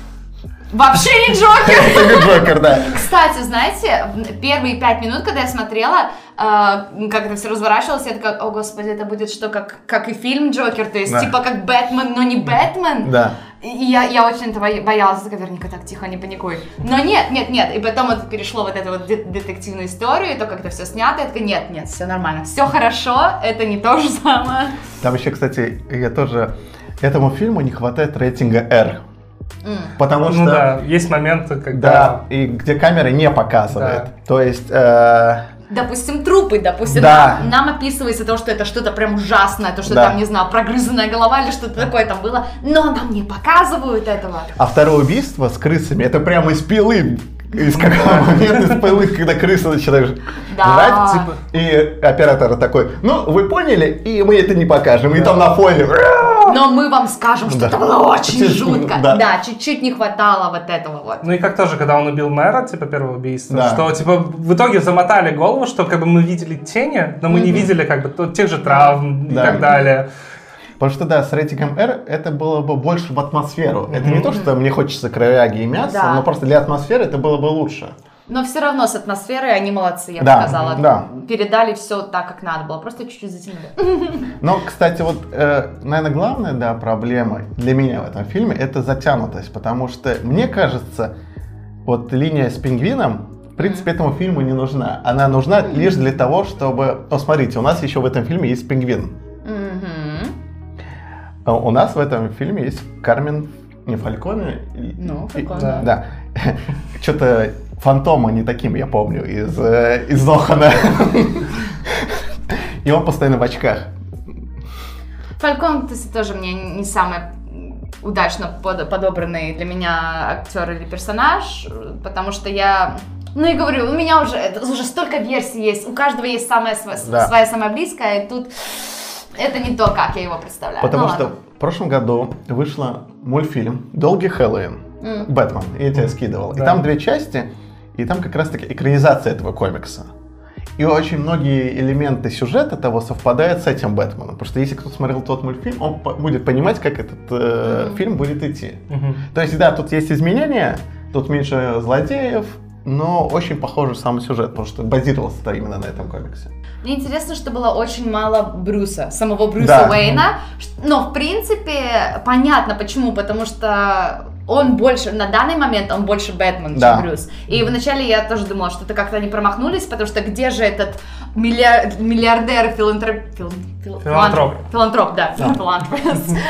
Вообще не Джокер! Это не Джокер, да. Кстати, знаете, первые пять минут, когда я смотрела, э, как это все разворачивалось, я такая, о господи, это будет что, как, как и фильм Джокер, то есть да. типа как Бэтмен, но не Бэтмен. Да. И я, я очень этого боялась, такая, Вероника, так тихо, не паникуй. Но нет, нет, нет, и потом это перешло вот эту вот детективную историю, то, как это все снято, я такая, нет, нет, все нормально, все хорошо, это не то же самое. Там еще, кстати, я тоже, этому фильму не хватает рейтинга R. Mm. Потому ну, что... Ну да, есть моменты, когда... Да, и где камера не показывает. Да. То есть... Э... Допустим, трупы, допустим, да. нам, нам описывается то, что это что-то прям ужасное, то, что да. там, не знаю, прогрызанная голова или что-то такое там было, но нам не показывают этого. А второе убийство с крысами, это прямо из пилы. Из какого момента из пилы, когда крысы начинают жрать, типа, и оператор такой, ну, вы поняли, и мы это не покажем, да. И там на фоне... Но мы вам скажем, что да. это было очень Чуть, жутко. Да. да, чуть-чуть не хватало вот этого вот. Ну и как тоже, когда он убил мэра, типа, первого убийства, да. что, типа, в итоге замотали голову, что, как бы, мы видели тени, но мы mm-hmm. не видели, как бы, тех же травм да. и так далее. Потому что, да, с рейтингом R это было бы больше в атмосферу. Mm-hmm. Это не то, что мне хочется кровяги и мяса, да. но просто для атмосферы это было бы лучше. Но все равно с атмосферой они молодцы, я бы да, сказала. Да. Передали все так, как надо было, просто чуть-чуть затянули. Но, кстати, вот, э, наверное, главная, да, проблема для меня в этом фильме это затянутость, потому что, мне кажется, вот линия с пингвином, в принципе, mm-hmm. этому фильму не нужна. Она нужна mm-hmm. лишь для того, чтобы... Ну, смотрите, у нас еще в этом фильме есть пингвин. Mm-hmm. У нас в этом фильме есть Кармен, не Фальконе. Ну, Фальконе. Да. да. Что-то Фантома не таким, я помню, из, из Зохана. И он постоянно в очках. Фалькон, кстати, тоже мне не самый удачно подобранный для меня актер или персонаж, потому что я... Ну и говорю, у меня уже, уже столько версий есть, у каждого есть самая да. своя самая близкая, и тут это не то, как я его представляю. Потому ну, что ладно. в прошлом году вышла мультфильм «Долгий Хэллоуин», mm. Бэтмен, я тебя скидывал. Да. И там две части, и там как раз-таки экранизация этого комикса. И очень многие элементы сюжета того совпадают с этим Бэтменом. Потому что если кто смотрел тот мультфильм, он будет понимать, как этот э, mm-hmm. фильм будет идти. Mm-hmm. То есть, да, тут есть изменения, тут меньше злодеев, но очень похожий сам сюжет, потому что базировался именно на этом комиксе. Мне интересно, что было очень мало Брюса, самого Брюса да. Уэйна. Но, в принципе, понятно почему, потому что он больше, на данный момент он больше Бэтмен, да. чем Брюс. И вначале я тоже думала, что-то как-то они промахнулись, потому что где же этот миллиар... миллиардер, филантроп... Фил... Фил... Филантроп. Филантроп, да, да. Филантроп.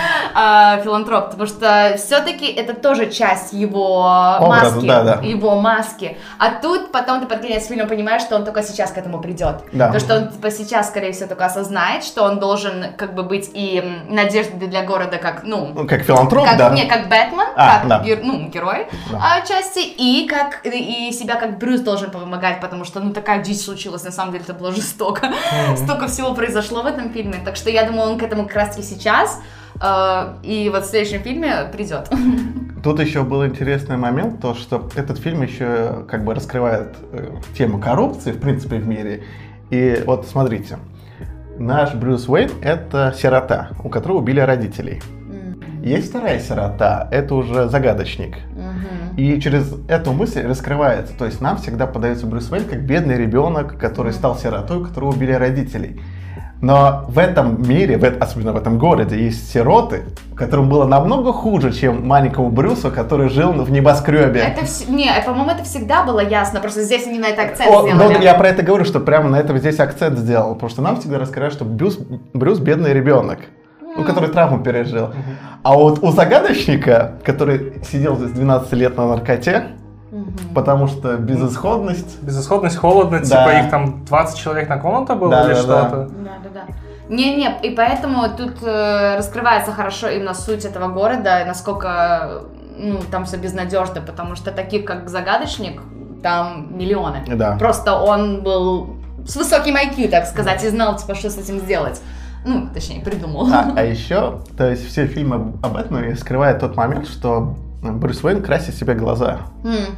а, филантроп, потому что все-таки это тоже часть его Образа, маски, да, да. его маски. А тут потом ты под конец фильма понимаешь, что он только сейчас к этому придет. Да. То, что он типа, сейчас, скорее всего, только осознает, что он должен как бы быть и надеждой для города, как, ну... Ну, как филантроп, как, да. Не, как Бэтмен, А, как да. гер, ну, герой да. отчасти, и как и себя как Брюс должен помогать, потому что, ну, такая дичь случилась, на самом деле, это было жестоко. Mm-hmm. Столько всего произошло в этом фильме, так что я думаю, он к этому как раз-таки сейчас, э, и вот в следующем фильме придет. Тут еще был интересный момент, то, что этот фильм еще как бы раскрывает э, тему коррупции, в принципе, в мире. И вот смотрите, наш Брюс Уэйн — это сирота, у которого убили родителей. Mm-hmm. Есть вторая сирота, это уже загадочник. Mm-hmm. И через эту мысль раскрывается, то есть нам всегда подается Брюс Уэйн как бедный ребенок, который mm-hmm. стал сиротой, у которого убили родителей. Но в этом мире, в, особенно в этом городе, есть сироты, которым было намного хуже, чем маленькому Брюсу, который жил в небоскребе. Это вс... Не, по-моему, это всегда было ясно, просто здесь они на это акцент О, сделали. Ну, я про это говорю, что прямо на этом здесь акцент сделал, потому что нам всегда рассказывают, что Брюс, Брюс бедный ребенок, mm. ну, который травму пережил. Mm-hmm. А вот у загадочника, который сидел здесь двенадцать лет на наркоте, Mm-hmm. потому что безысходность. Безысходность, холодно, да. типа их там двадцать человек на комнату было да, или да, что-то. Да, да, да. Не-не, и поэтому тут э, раскрывается хорошо именно суть этого города, насколько ну, там все безнадежно, потому что таких, как Загадочник, там миллионы. Да. Просто он был с высоким ай кью, так сказать, и знал, типа, что с этим сделать. Ну, точнее, придумал. А, а еще, то есть все фильмы об Бэтмене скрывают тот момент, что Брюс Уэйн красит себе глаза. Mm.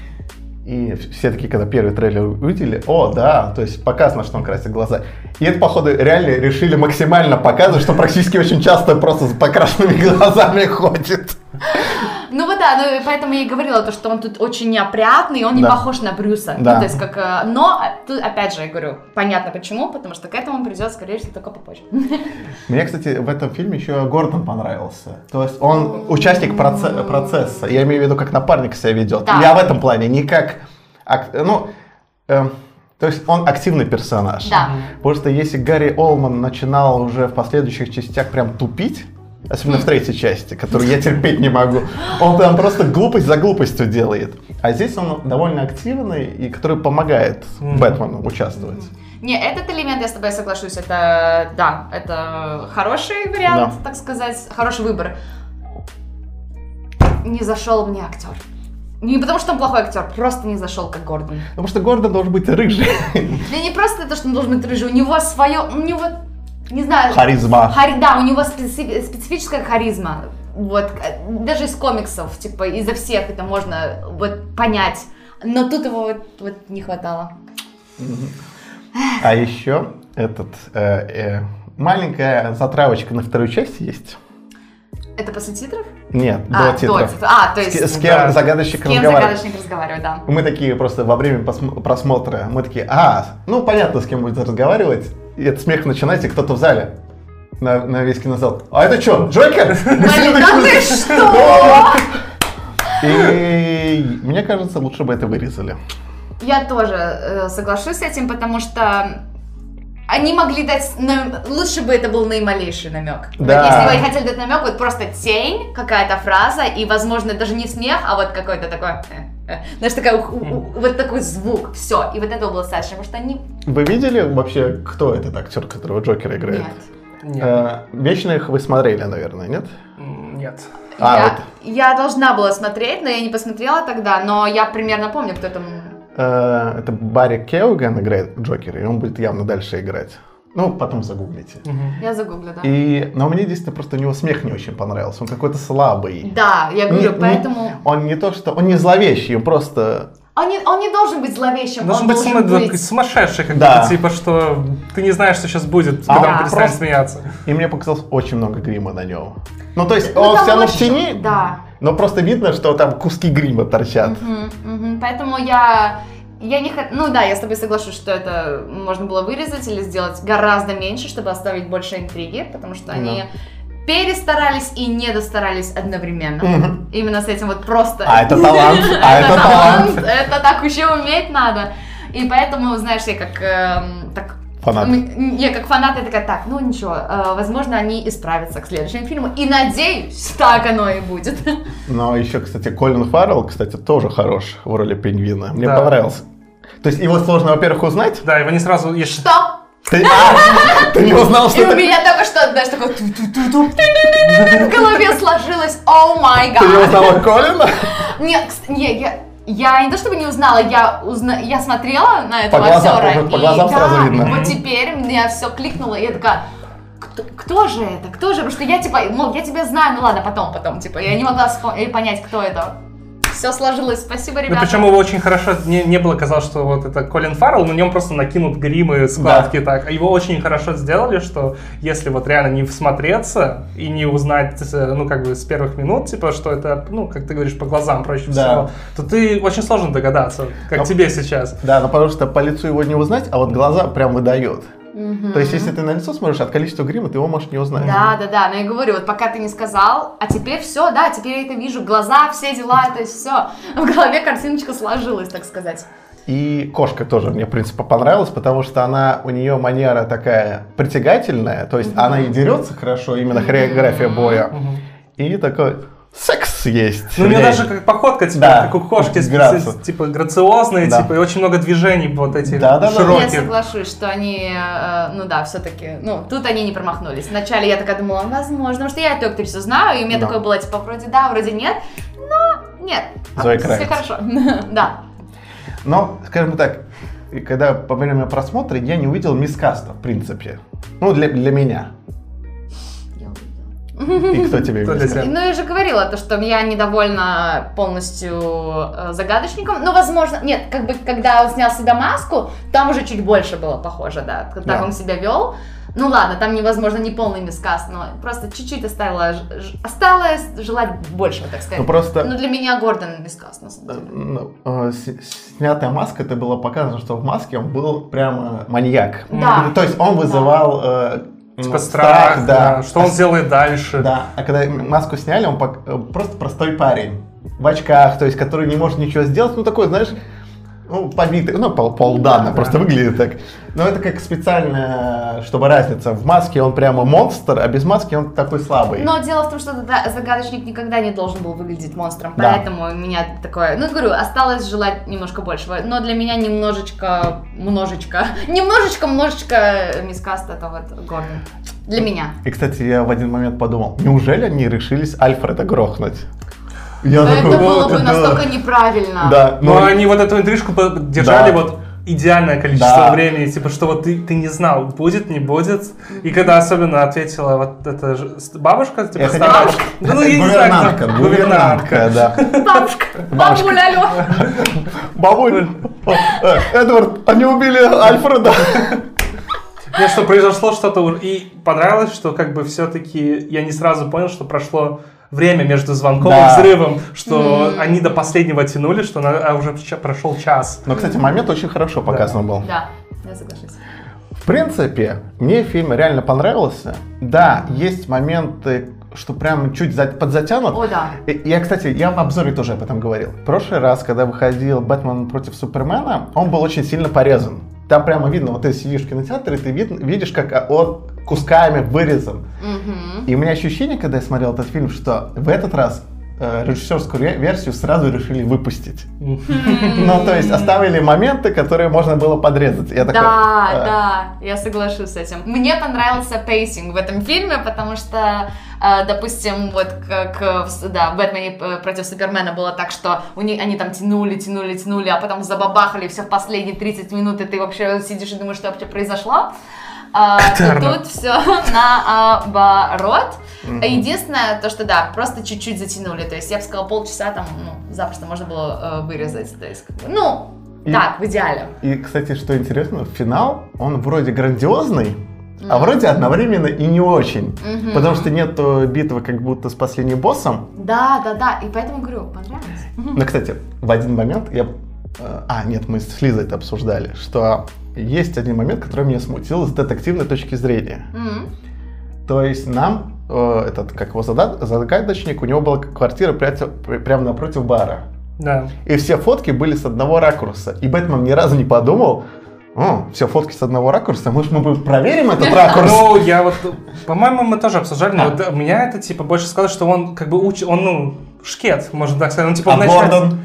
И все такие, когда первый трейлер увидели, о, да, то есть показано, что он красит глаза. И это, походу, реально решили максимально показывать, что практически очень часто просто с покрашенными глазами ходит. Ну вот да, ну, поэтому я и говорила, то, что он тут очень неопрятный, он не да. похож на Брюса. Да. Ну, то есть как, но тут опять же я говорю, понятно почему, потому что к этому он придет, скорее всего, только попозже. Мне, кстати, в этом фильме еще Гордон понравился. То есть он участник проце- процесса, я имею в виду, как напарник себя ведет. Да. Я в этом плане, не как, ну, э, то есть он активный персонаж. Да. Потому что если Гарри Олдман начинал уже в последующих частях прям тупить, особенно в третьей части, которую я терпеть не могу. Он там просто глупость за глупостью делает. А здесь он довольно активный и который помогает mm-hmm. Бэтмену участвовать. Не, этот элемент, я с тобой соглашусь, это, да, это хороший вариант, да. так сказать, хороший выбор. Не зашел мне актер. Не потому что он плохой актер, просто не зашел как Гордон. Потому что Гордон должен быть рыжий. Да не просто то, что он должен быть рыжий, у него свое, у него... Не знаю. Харизма. Хари, да, у него специфи, специфическая харизма. Вот, даже из комиксов, типа, изо всех это можно вот понять. Но тут его вот, вот не хватало. А еще этот э, э, маленькая затравочка на вторую часть есть. Это после титров? Нет, а, до титров. До, а, то есть... С, с кем да. загадочник разговаривает. С кем загадочник разговаривает, да. Мы такие просто во время просмотра, мы такие, а, ну понятно, с кем будет разговаривать. И этот смех начинается, и кто-то в зале на, на весь кинозал. А это что, Джокер? Блин, да ты что? И мне кажется, лучше бы это вырезали. Я тоже э, соглашусь с этим, потому что они могли дать, на... лучше бы это был наималейший намек. Да. Вот если бы они хотели дать намек, вот просто тень, какая-то фраза, и, возможно, даже не смех, а вот какой-то такой, знаешь, такой, вот такой звук, все. И вот этого было достаточно, потому что они... Вы видели вообще, кто этот актер, которого Джокера играет? Нет. Нет. Э, «Вечных» вы смотрели, наверное, нет? Нет. А, я, вот. я должна была смотреть, но я не посмотрела тогда, но я примерно помню, кто там... Это Барри Кеоган играет Джокера, и он будет явно дальше играть. Ну, потом загуглите. Угу. Я загуглю, да. И, но мне единственное, просто у него смех не очень понравился. Он какой-то слабый. Да, я говорю, не, поэтому... Не, он не то, что... Он не зловещий, он просто... Он не, он не должен быть зловещим, должен он быть, должен быть... быть... сумасшедший, как да. будто, типа, что ты не знаешь, что сейчас будет, а когда он перестанет просто... смеяться. И мне показалось очень много грима на нем. Ну, то есть, ну, он все равно очень... в тени, да. но просто видно, что там куски грима торчат. Угу, угу. Поэтому я... Я не хочу, ну да, я с тобой соглашусь, что это можно было вырезать или сделать гораздо меньше, чтобы оставить больше интриги, потому что они перестарались и не достарались одновременно. Мгм. Именно с этим вот просто... А это талант, а это талант. Это так еще уметь надо. И поэтому, знаешь, я как... эм, так, Фанат. м, Я как фанат, я такая, так, ну ничего, э, возможно, они исправятся к следующему фильму. И надеюсь, так оно и будет. Но еще, кстати, Колин Фаррелл, кстати, тоже хорош в роли пингвина. Мне Да. понравился. То есть его сложно, во-первых, узнать. Да, его не сразу... Если... Что? Ты, а, ты не узнал, И что у это... меня только что, знаешь, такое ту-ту-ту-ту, в голове сложилось, о май Ты не гад. узнала Колина? Нет, кс- не, я, я не то чтобы не узнала, я, узна, я смотрела на этого По глазам, актера. по глазам и, сразу да, видно. Вот теперь меня все кликнуло, и я такая, кто, кто же это, кто же, потому что я типа, мол, я тебя знаю, ну ладно, потом, потом, типа, я не могла вспом- понять, кто это. Все сложилось, спасибо, Ну, ребята. причем его очень хорошо, не, не было казалось, что вот это Колин Фаррелл, на нем просто накинут гримы, складки, так. А его очень хорошо сделали, что если вот реально не всмотреться и не узнать, ну, как бы с первых минут, типа, что это, ну, как ты говоришь, по глазам проще Да. всего, то ты очень сложно догадаться, как Ну, тебе сейчас. Да, но потому что по лицу его не узнать, а вот глаза прям выдает. То есть, если ты на лицо смотришь, от количества грима ты его можешь не узнать. Да, да, да, но я говорю, вот пока ты не сказал, а теперь все, да, теперь я это вижу, глаза, все дела, то есть все, в голове картиночка сложилась, так сказать. И кошка тоже мне, в принципе, понравилась, потому что она, у нее манера такая притягательная, то есть она и дерется хорошо, именно хореография боя, и такой секс есть. Ну, у в нее ней. даже как походка, типа, Да, как у кошки, грацию. специ- типа, грациозные, Да. типа, и очень много движений вот этих Да, да, да. широких. Я соглашусь, что они, э, ну да, все-таки, ну, тут они не промахнулись. Вначале я такая думала, возможно, потому что я эту актрису знаю, и у меня Да. такое было, типа, вроде да, вроде нет, но нет. Зои Все Кравиц. хорошо, да. Но, скажем так, и когда во время просмотра я не увидел мискаста, в принципе. Ну, для, для меня. И кто тебе Кто для мискаст? тебя? Ну, я же говорила, то, что я недовольна полностью э, загадочником. Ну, возможно, нет, как бы, когда он снял с себя маску, там уже чуть больше было похоже, да, так Да. он себя вел. Ну ладно, там невозможно не полный мискаст, но просто чуть-чуть оставила, ж- ж- осталось желать большего, так сказать. Ну, просто... Ну, для меня Гордон мискаст, на самом деле. Ну, э, с- снятая маска, это было показано, что в маске он был прямо маньяк. Да. То есть он вызывал э, Типа ну, страх, да. да. Что он сделает дальше. Да, а когда маску сняли, он пок- э, просто простой парень. В очках, то есть, который не может ничего сделать, ну такой, знаешь, ну, побитый, ну, пол, полдана, Да. просто выглядит так. Но это как специально, чтобы разница. В маске он прямо монстр, а без маски он такой слабый. Но дело в том, что да, загадочник никогда не должен был выглядеть монстром, Да. поэтому у меня такое, ну, говорю, осталось желать немножко большего, но для меня немножечко, множечко, немножечко, множечко мискаст это вот Гордон. Для меня. И, кстати, я в один момент подумал, неужели они решились Альфреда грохнуть? Я Но такой, это было вот, бы да. настолько неправильно. Да, Но но они вот эту интрижку по- держали Да. вот идеальное количество Да. времени, типа, что вот ты, ты не знал, будет, не будет. И когда особенно ответила вот эта же с- бабушка, типа, Это не старая- бабушка, ну, это я не знаю, гувернантка, кто- гувернантка, да. Бабушка, Бабушка. бабуля, алло. Бабуль, о, э, Эдвард, они убили Альфреда. Мне что произошло что-то, уж- и понравилось, что как бы все-таки я не сразу понял, что прошло время между звонком Да. и взрывом, что они до последнего тянули, что на- а уже ча- прошел час. Но, кстати, момент очень хорошо показан был. Да, я соглашусь. В принципе, мне фильм реально понравился. Да, есть моменты, что прям чуть за- подзатянут. О, да. И- Я, кстати, я в обзоре тоже об этом говорил. В прошлый раз, когда выходил «Бэтмен против Супермена», он был очень сильно порезан. Там прямо видно, вот ты сидишь в кинотеатре, ты вид- видишь, как он кусками вырезан. Мгм. И у меня ощущение, когда я смотрел этот фильм, что в этот раз э, режиссерскую ре- версию сразу решили выпустить. Ну, то есть оставили моменты, которые можно было подрезать. Я такой, Да, э, да, я соглашусь с этим. Мне понравился пейсинг в этом фильме, потому что, э, допустим, вот как э, в- да, в «Бэтмене э, против Супермена» было так, что у них, они там тянули, тянули, тянули, а потом забабахали все в последние тридцать минут, и ты вообще сидишь и думаешь, что вообще произошло. А, то Этерно. тут все наоборот. Единственное, то, что да, просто чуть-чуть затянули. То есть я бы сказала, полчаса там ну, запросто можно было э, вырезать. То есть, как бы, ну, И- так, в идеале. И, кстати, что интересно, финал, он вроде грандиозный, а вроде одновременно и не очень. Мгм. Потому что нет битвы как будто с последним боссом. Да, да, да. И поэтому говорю, понравилось. Но, кстати, в один момент я... э, А, нет, мы с Лизой это обсуждали, что есть один момент, который меня смутил с детективной точки зрения. Мгм. То есть нам э, этот, как его задат, загадочник, у него была квартира прямо напротив бара. Да. И все фотки были с одного ракурса. И Бэтмен ни разу не подумал, о, все фотки с одного ракурса, может мы проверим этот ракурс? Ну, я вот, по-моему, мы тоже обсуждали, но вот меня это, типа, больше сказать, что он, как бы, уч... он, ну, шкет, можно так сказать. Он, типа, а вначале... Гордон?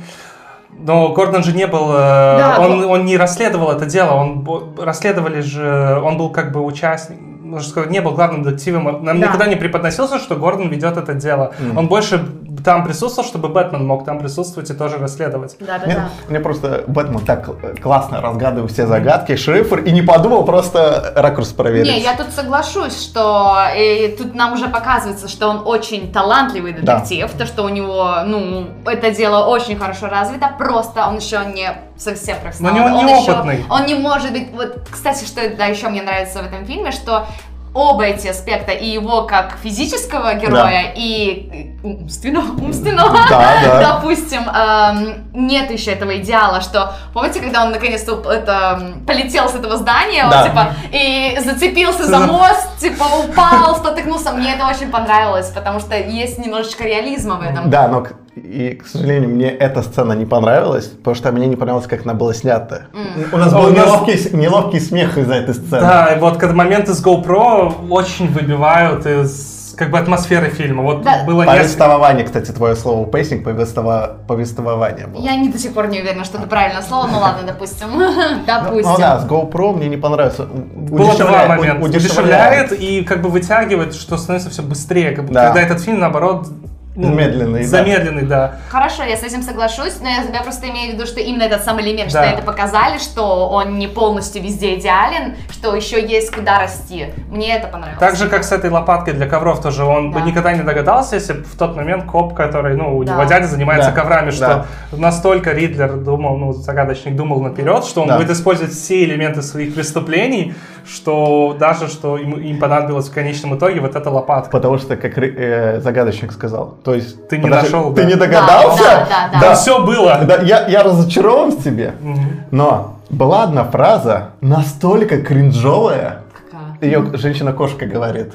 Но Гордон же не был, да, он, но... он не расследовал это дело, он расследовали же, он был как бы участник, можно сказать, не был главным детективом, нам да. никогда не преподносился, что Гордон ведет это дело. Mm. Он больше там присутствовал, чтобы Бэтмен мог там присутствовать и тоже расследовать. Да, да, мне, да. мне просто Бэтмен так классно разгадывал все загадки, шифр, и не подумал просто ракурс проверить. Не, я тут соглашусь, что и тут нам уже показывается, что он очень талантливый детектив, да. то, что у него, ну, это дело очень хорошо развито, просто он еще не совсем профессионал. Но он он неопытный. Еще, он не может быть, вот, кстати, что да, еще мне нравится в этом фильме, что оба эти аспекта, и его как физического героя, да. и умственного, умственного да, да. допустим, эм, нет еще этого идеала, что, помните, когда он наконец-то это, полетел с этого здания, да. он, типа, и зацепился за мост, типа, упал, спотыкнулся, мне это очень понравилось, потому что есть немножечко реализма в этом. Да, но, и, к сожалению, мне эта сцена не понравилась, потому что мне не понравилось, как она была снята. Mm. У нас был неловкий, неловкий смех из-за этой сцены. Да, и вот когда моменты с GoPro очень выбивают из как бы атмосферы фильма. Вот да. было повествование, несколько... кстати, твое слово пейсинг, повествова... повествование было. Я не до сих пор не уверена, что это правильное слово, ну ладно, допустим. Допустим. Ну да, с GoPro мне не понравится. Было два момента. Удешевляет и как бы вытягивает, что становится все быстрее. Когда этот фильм, наоборот, Ну, замедленный, замедленный, да. да. Хорошо, я с этим соглашусь, но я, я просто имею в виду, что именно этот самый элемент, да. что это показали, что он не полностью везде идеален, что еще есть куда расти. Мне это понравилось. Так же, как с этой лопаткой для ковров тоже, он да. бы никогда не догадался, если бы в тот момент коп, который, ну, у да. него дядя занимается да. коврами, что да. настолько Ридлер думал, ну, загадочник думал наперед, что он да. будет использовать все элементы своих преступлений, что даже, что им, им понадобилось в конечном итоге вот эта лопатка. Потому что, как э, загадочник сказал, то есть... Ты не нашел, Ты да. не догадался? Да, да, да. да. да. Все было. Да, я, я разочарован в тебе, угу. но была одна фраза настолько кринжовая, какая? Ее женщина-кошка говорит.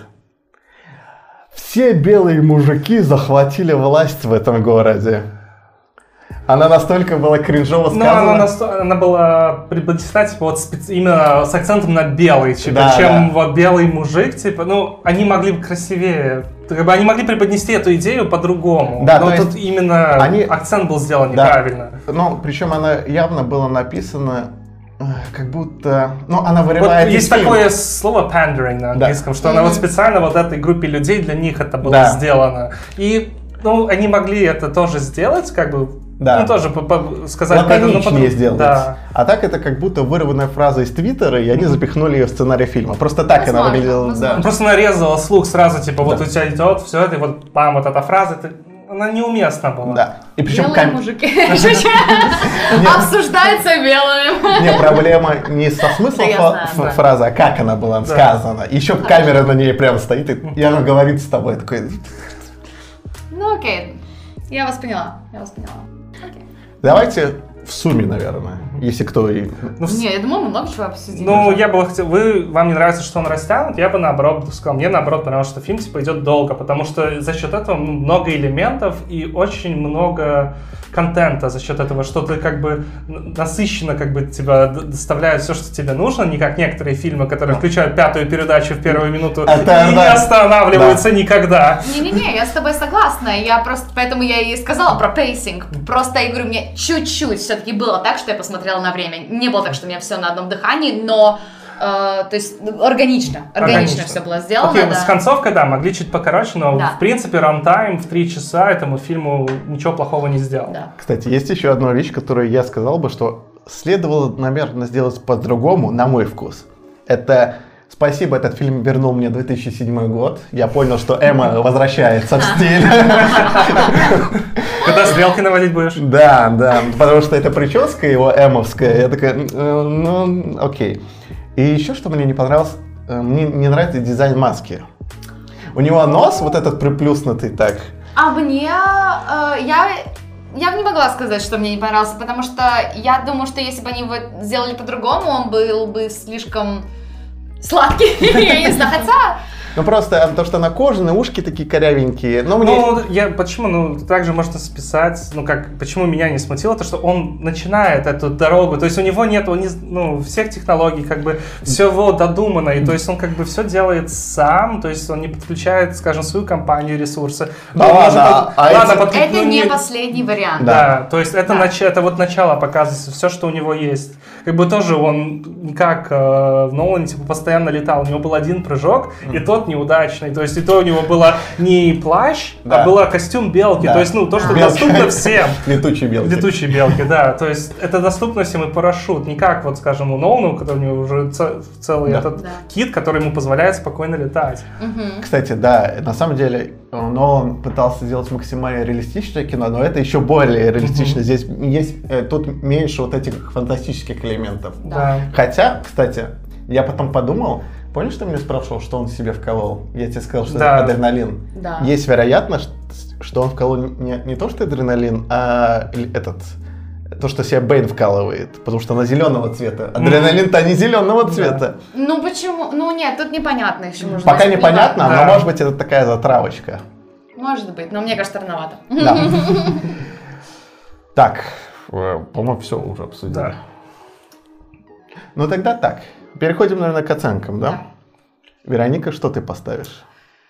Все белые мужики захватили власть в этом городе. Она настолько была кринжово сказана. Ну, она, насто... она была преподнесена, типа, вот специ... именно с акцентом на белый, типа, да, чем да. вот белый мужик, типа, ну, они могли бы красивее, как бы они могли преподнести эту идею по-другому, да, но тут именно они... акцент был сделан да. неправильно. Ну, причем она явно была написана как будто, ну, она вырывает вот есть фильм. Такое слово pandering на английском, да. что mm-hmm. она вот специально вот этой группе людей, для них это было да. сделано. И, ну, они могли это тоже сделать, как бы, да. ну, тоже сказать... Лаконичнее это, сделать. Да. А так это как будто вырванная фраза из Твиттера, и они mm-hmm. запихнули ее в сценарий фильма. Просто так возможно, она выглядела. Да. Просто нарезала слух сразу, типа, вот да. у тебя идет все это, и вот, пам, вот эта фраза, ты... она неуместна была. Да. И причем белые кам... мужики обсуждаются белыми. Не, проблема не со смыслом фразы, а как она была сказана. Еще камера на ней прямо стоит, и она говорит с тобой такой. Ну окей, я вас поняла, я вас поняла. Давайте в сумме, наверное, если кто и... Ну, не, я думаю, мы много чего обсудили. Ну, уже. я бы хотел... Вы, вам не нравится, что он растянут, я бы наоборот сказал, мне наоборот, потому что фильм, типа, идет долго, потому что за счет этого много элементов и очень много контента за счет этого, что ты как бы насыщенно как бы тебя доставляют все, что тебе нужно, не как некоторые фильмы, которые да. включают пятую передачу в первую минуту Это, и да. не останавливаются да. никогда. Не-не-не, я с тобой согласна, я просто, поэтому я и сказала про пейсинг, просто, я говорю, мне чуть-чуть все-таки было так, что я посмотрела на время, не было так, что у меня все на одном дыхании, но Uh, то есть органично, органично, органично все было сделано. Окей, okay, да. С концовкой, да, могли чуть покороче, но да. в принципе рантайм в три часа этому фильму ничего плохого не сделал. Да. Кстати, есть еще одна вещь, которую я сказал бы, что следовало, наверное, сделать по-другому, на мой вкус. Это спасибо, этот фильм вернул мне две тысячи седьмой год. Я понял, что Эмма возвращается в стиль. Когда стрелки наводить будешь? Да, да, потому что это прическа его эмовская. Я такая, ну, окей. И еще, что мне не понравилось, мне не нравится дизайн маски. У него нос вот этот приплюснутый так. А мне, э, я, я бы не могла сказать, что мне не понравился, потому что я думаю, что если бы они его сделали по-другому, он был бы слишком сладкий, я не знаю, хотя... Ну просто то, что она кожаная, ушки такие корявенькие. Но мне... Ну, я почему, ну, также можно списать, ну, как, почему меня не смутило, то, что он начинает эту дорогу, то есть у него нет, он не, ну, всех технологий, как бы, всего додумано, и то есть он как бы все делает сам, то есть он не подключает, скажем, свою компанию, ресурсы. Да Ну, ладно, может, а ладно, эти- под- Это ну, не не- последний вариант. Да, Да. то есть это, Да. нач- это вот начало показывается, все, что у него есть. Как бы тоже он, как э, в Нолане, типа, постоянно летал, у него был один прыжок, и тот неудачный, то есть и то у него было не плащ, Да. а было костюм белки, Да. то есть, ну, то, что Белки. доступно всем. Летучие белки. Летучие белки, да, то есть это доступно всем и парашют, не как, вот, скажем, у Нолана, у которого у него уже ц- целый Да. этот Да. кит, который ему позволяет спокойно летать. Мгм. Кстати, да, на самом деле Нолан пытался сделать максимально реалистичное кино, но это еще более реалистично. Здесь есть, э, тут меньше вот этих фантастических элементов. Да. Хотя, кстати, я потом подумал, помнишь, ты меня спрашивал, что он себе вколол? Я тебе сказал, что Да. это адреналин. Да. Есть вероятность, что он вколол не, не то, что адреналин, а л- этот... То, что себе Бэйн вкалывает, потому что она зеленого цвета. Адреналин-то не зеленого цвета. Ну почему? Ну нет, тут непонятно еще. Можно Пока сказать, непонятно, Да. но может быть это такая затравочка. Может быть, но мне кажется, рановато. Да. Так, э, по-моему, все уже обсудили. Да. Ну тогда так. Переходим, наверное, к оценкам, да? Да. Вероника, что ты поставишь?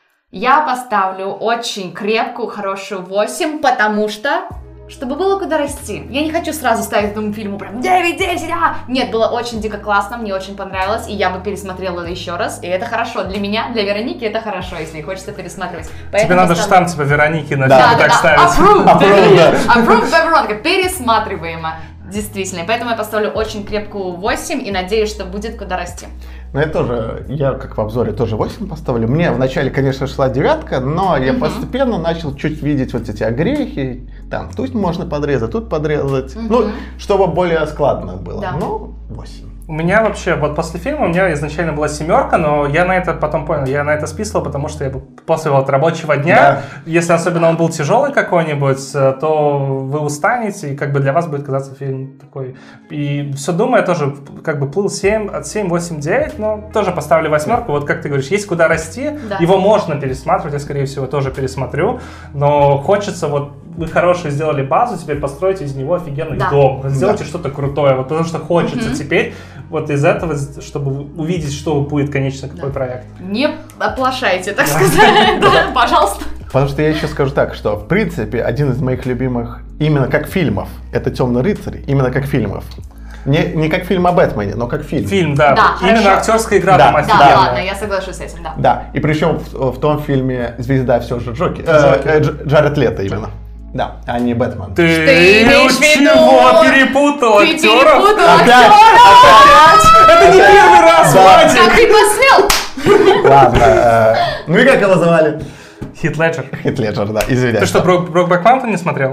Я поставлю очень крепкую, хорошую восемь, потому что... Чтобы было куда расти. Я не хочу сразу ставить этому фильму прям девять десять, а! Нет, было очень дико классно, мне очень понравилось, и я бы пересмотрела еще раз, и это хорошо. Для меня, для Вероники это хорошо, если ей хочется пересматривать. Тебе Поэтому надо ставлю- штамп типа Вероники на Да. фильме Да, да, так да, ставить. approved. Approved, да. Approved Вероника, пересматриваемо. Действительно, и поэтому я поставлю очень крепкую восемь и надеюсь, что будет куда расти. Ну, я тоже, я как в обзоре тоже восемь поставлю. Мне вначале, конечно, шла девятка, но я постепенно начал чуть видеть вот эти огрехи. Там, тут можно подрезать, тут подрезать. Ну, чтобы более складно было. Да. Ну, восемь. У меня вообще, вот после фильма у меня изначально была семерка, но я на это потом понял, я на это списывал, потому что я после вот рабочего дня, Да. если особенно он был тяжелый какой-нибудь, то вы устанете, и как бы для вас будет казаться фильм такой. И все думаю, я тоже как бы плыл семь, от семь, восемь, девять, но тоже поставлю восьмерку. Вот как ты говоришь, есть куда расти, Да. его можно пересматривать, я скорее всего тоже пересмотрю, но хочется вот вы хорошие сделали базу, теперь построите из него офигенный Да. дом, сделайте Да. что-то крутое, вот потому что хочется теперь вот из этого, чтобы увидеть, что будет конечно какой Да. проект. Не оплошайте, так сказать. Да, пожалуйста. Потому что я еще скажу так, что в принципе один из моих любимых именно как фильмов это «Темный рыцарь», именно как фильмов. Не, не как фильм о Бэтмене, но как фильм. Фильм, да. Да, Именно хорошо. актерская игра Да. там Да, офигенная. ладно, я соглашусь с этим, да. Да, и причем в, в том фильме звезда все же Джокер, э, э, Дж- Джаред Лето именно. Да, а не Бэтмен. Ты, Ты имеешь в виду- чего перепутал Ты актеров? перепутал Опять, актеров! Это не первый раз, Да. Владик! Как ты посмел? Ладно. э, Ну и как его звали? Хит Леджер. Хит Леджер, да, извиняюсь. Ты что, Брок- Брокбэк Маунтин не смотрел?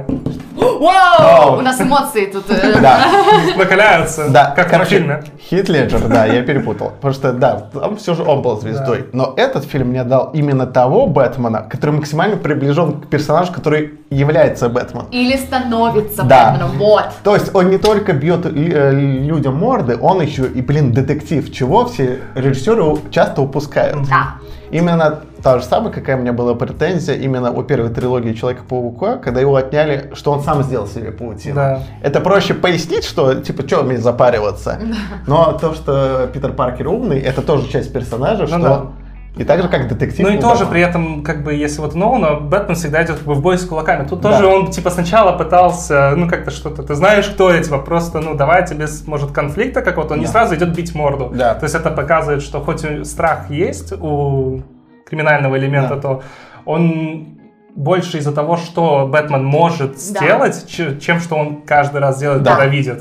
Вау! У нас эмоции тут. э, Да, Накаляются, да, как в короче, фильме. Хит Леджер, да, я перепутал. Потому что, да, там все же он был звездой. Но этот фильм мне дал именно того Бэтмена, который максимально приближен к персонажу, который является Бэтменом. Или становится Да. Бэтменом, вот. То есть он не только бьет э, людям морды, он еще и, блин, детектив, чего все режиссеры часто упускают. Да. Именно та же самая, какая у меня была претензия именно у первой трилогии Человека-паука, когда его отняли, что он сам сделал себе паутину. Да. Это проще пояснить, что, типа, что мне запариваться. Но то, что Питер Паркер умный, это тоже часть персонажа, что... да. И так же, как детектив. Ну и у тоже Бэтмена. при этом, как бы, если вот Нолана, Бэтмен всегда идет как бы в бой с кулаками. Тут Да. тоже он, типа, сначала пытался, ну, как-то что-то, ты знаешь, кто я, типа, просто, ну, давайте без, может, конфликта какого-то, он не Да. сразу идет бить морду. Да. То есть это показывает, что хоть и страх есть у криминального элемента, Да. то он больше из-за того, что Бэтмен может Да. сделать, ч- чем что он каждый раз делает, Да. когда видит.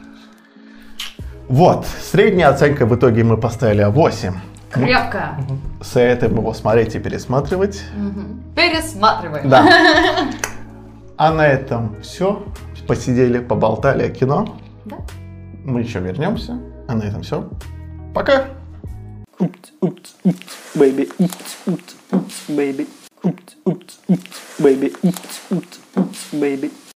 Вот, средняя оценка в итоге мы поставили восемь. Крепко. Советуем его смотреть и пересматривать. Пересматриваем. Да. А на этом все. Посидели, поболтали о кино. Да. Мы еще вернемся. А на этом все. Пока. Oops, oops, oops, baby, oops, oops, oops, baby, oops, oops, oops, baby, oops, oops, oops, baby.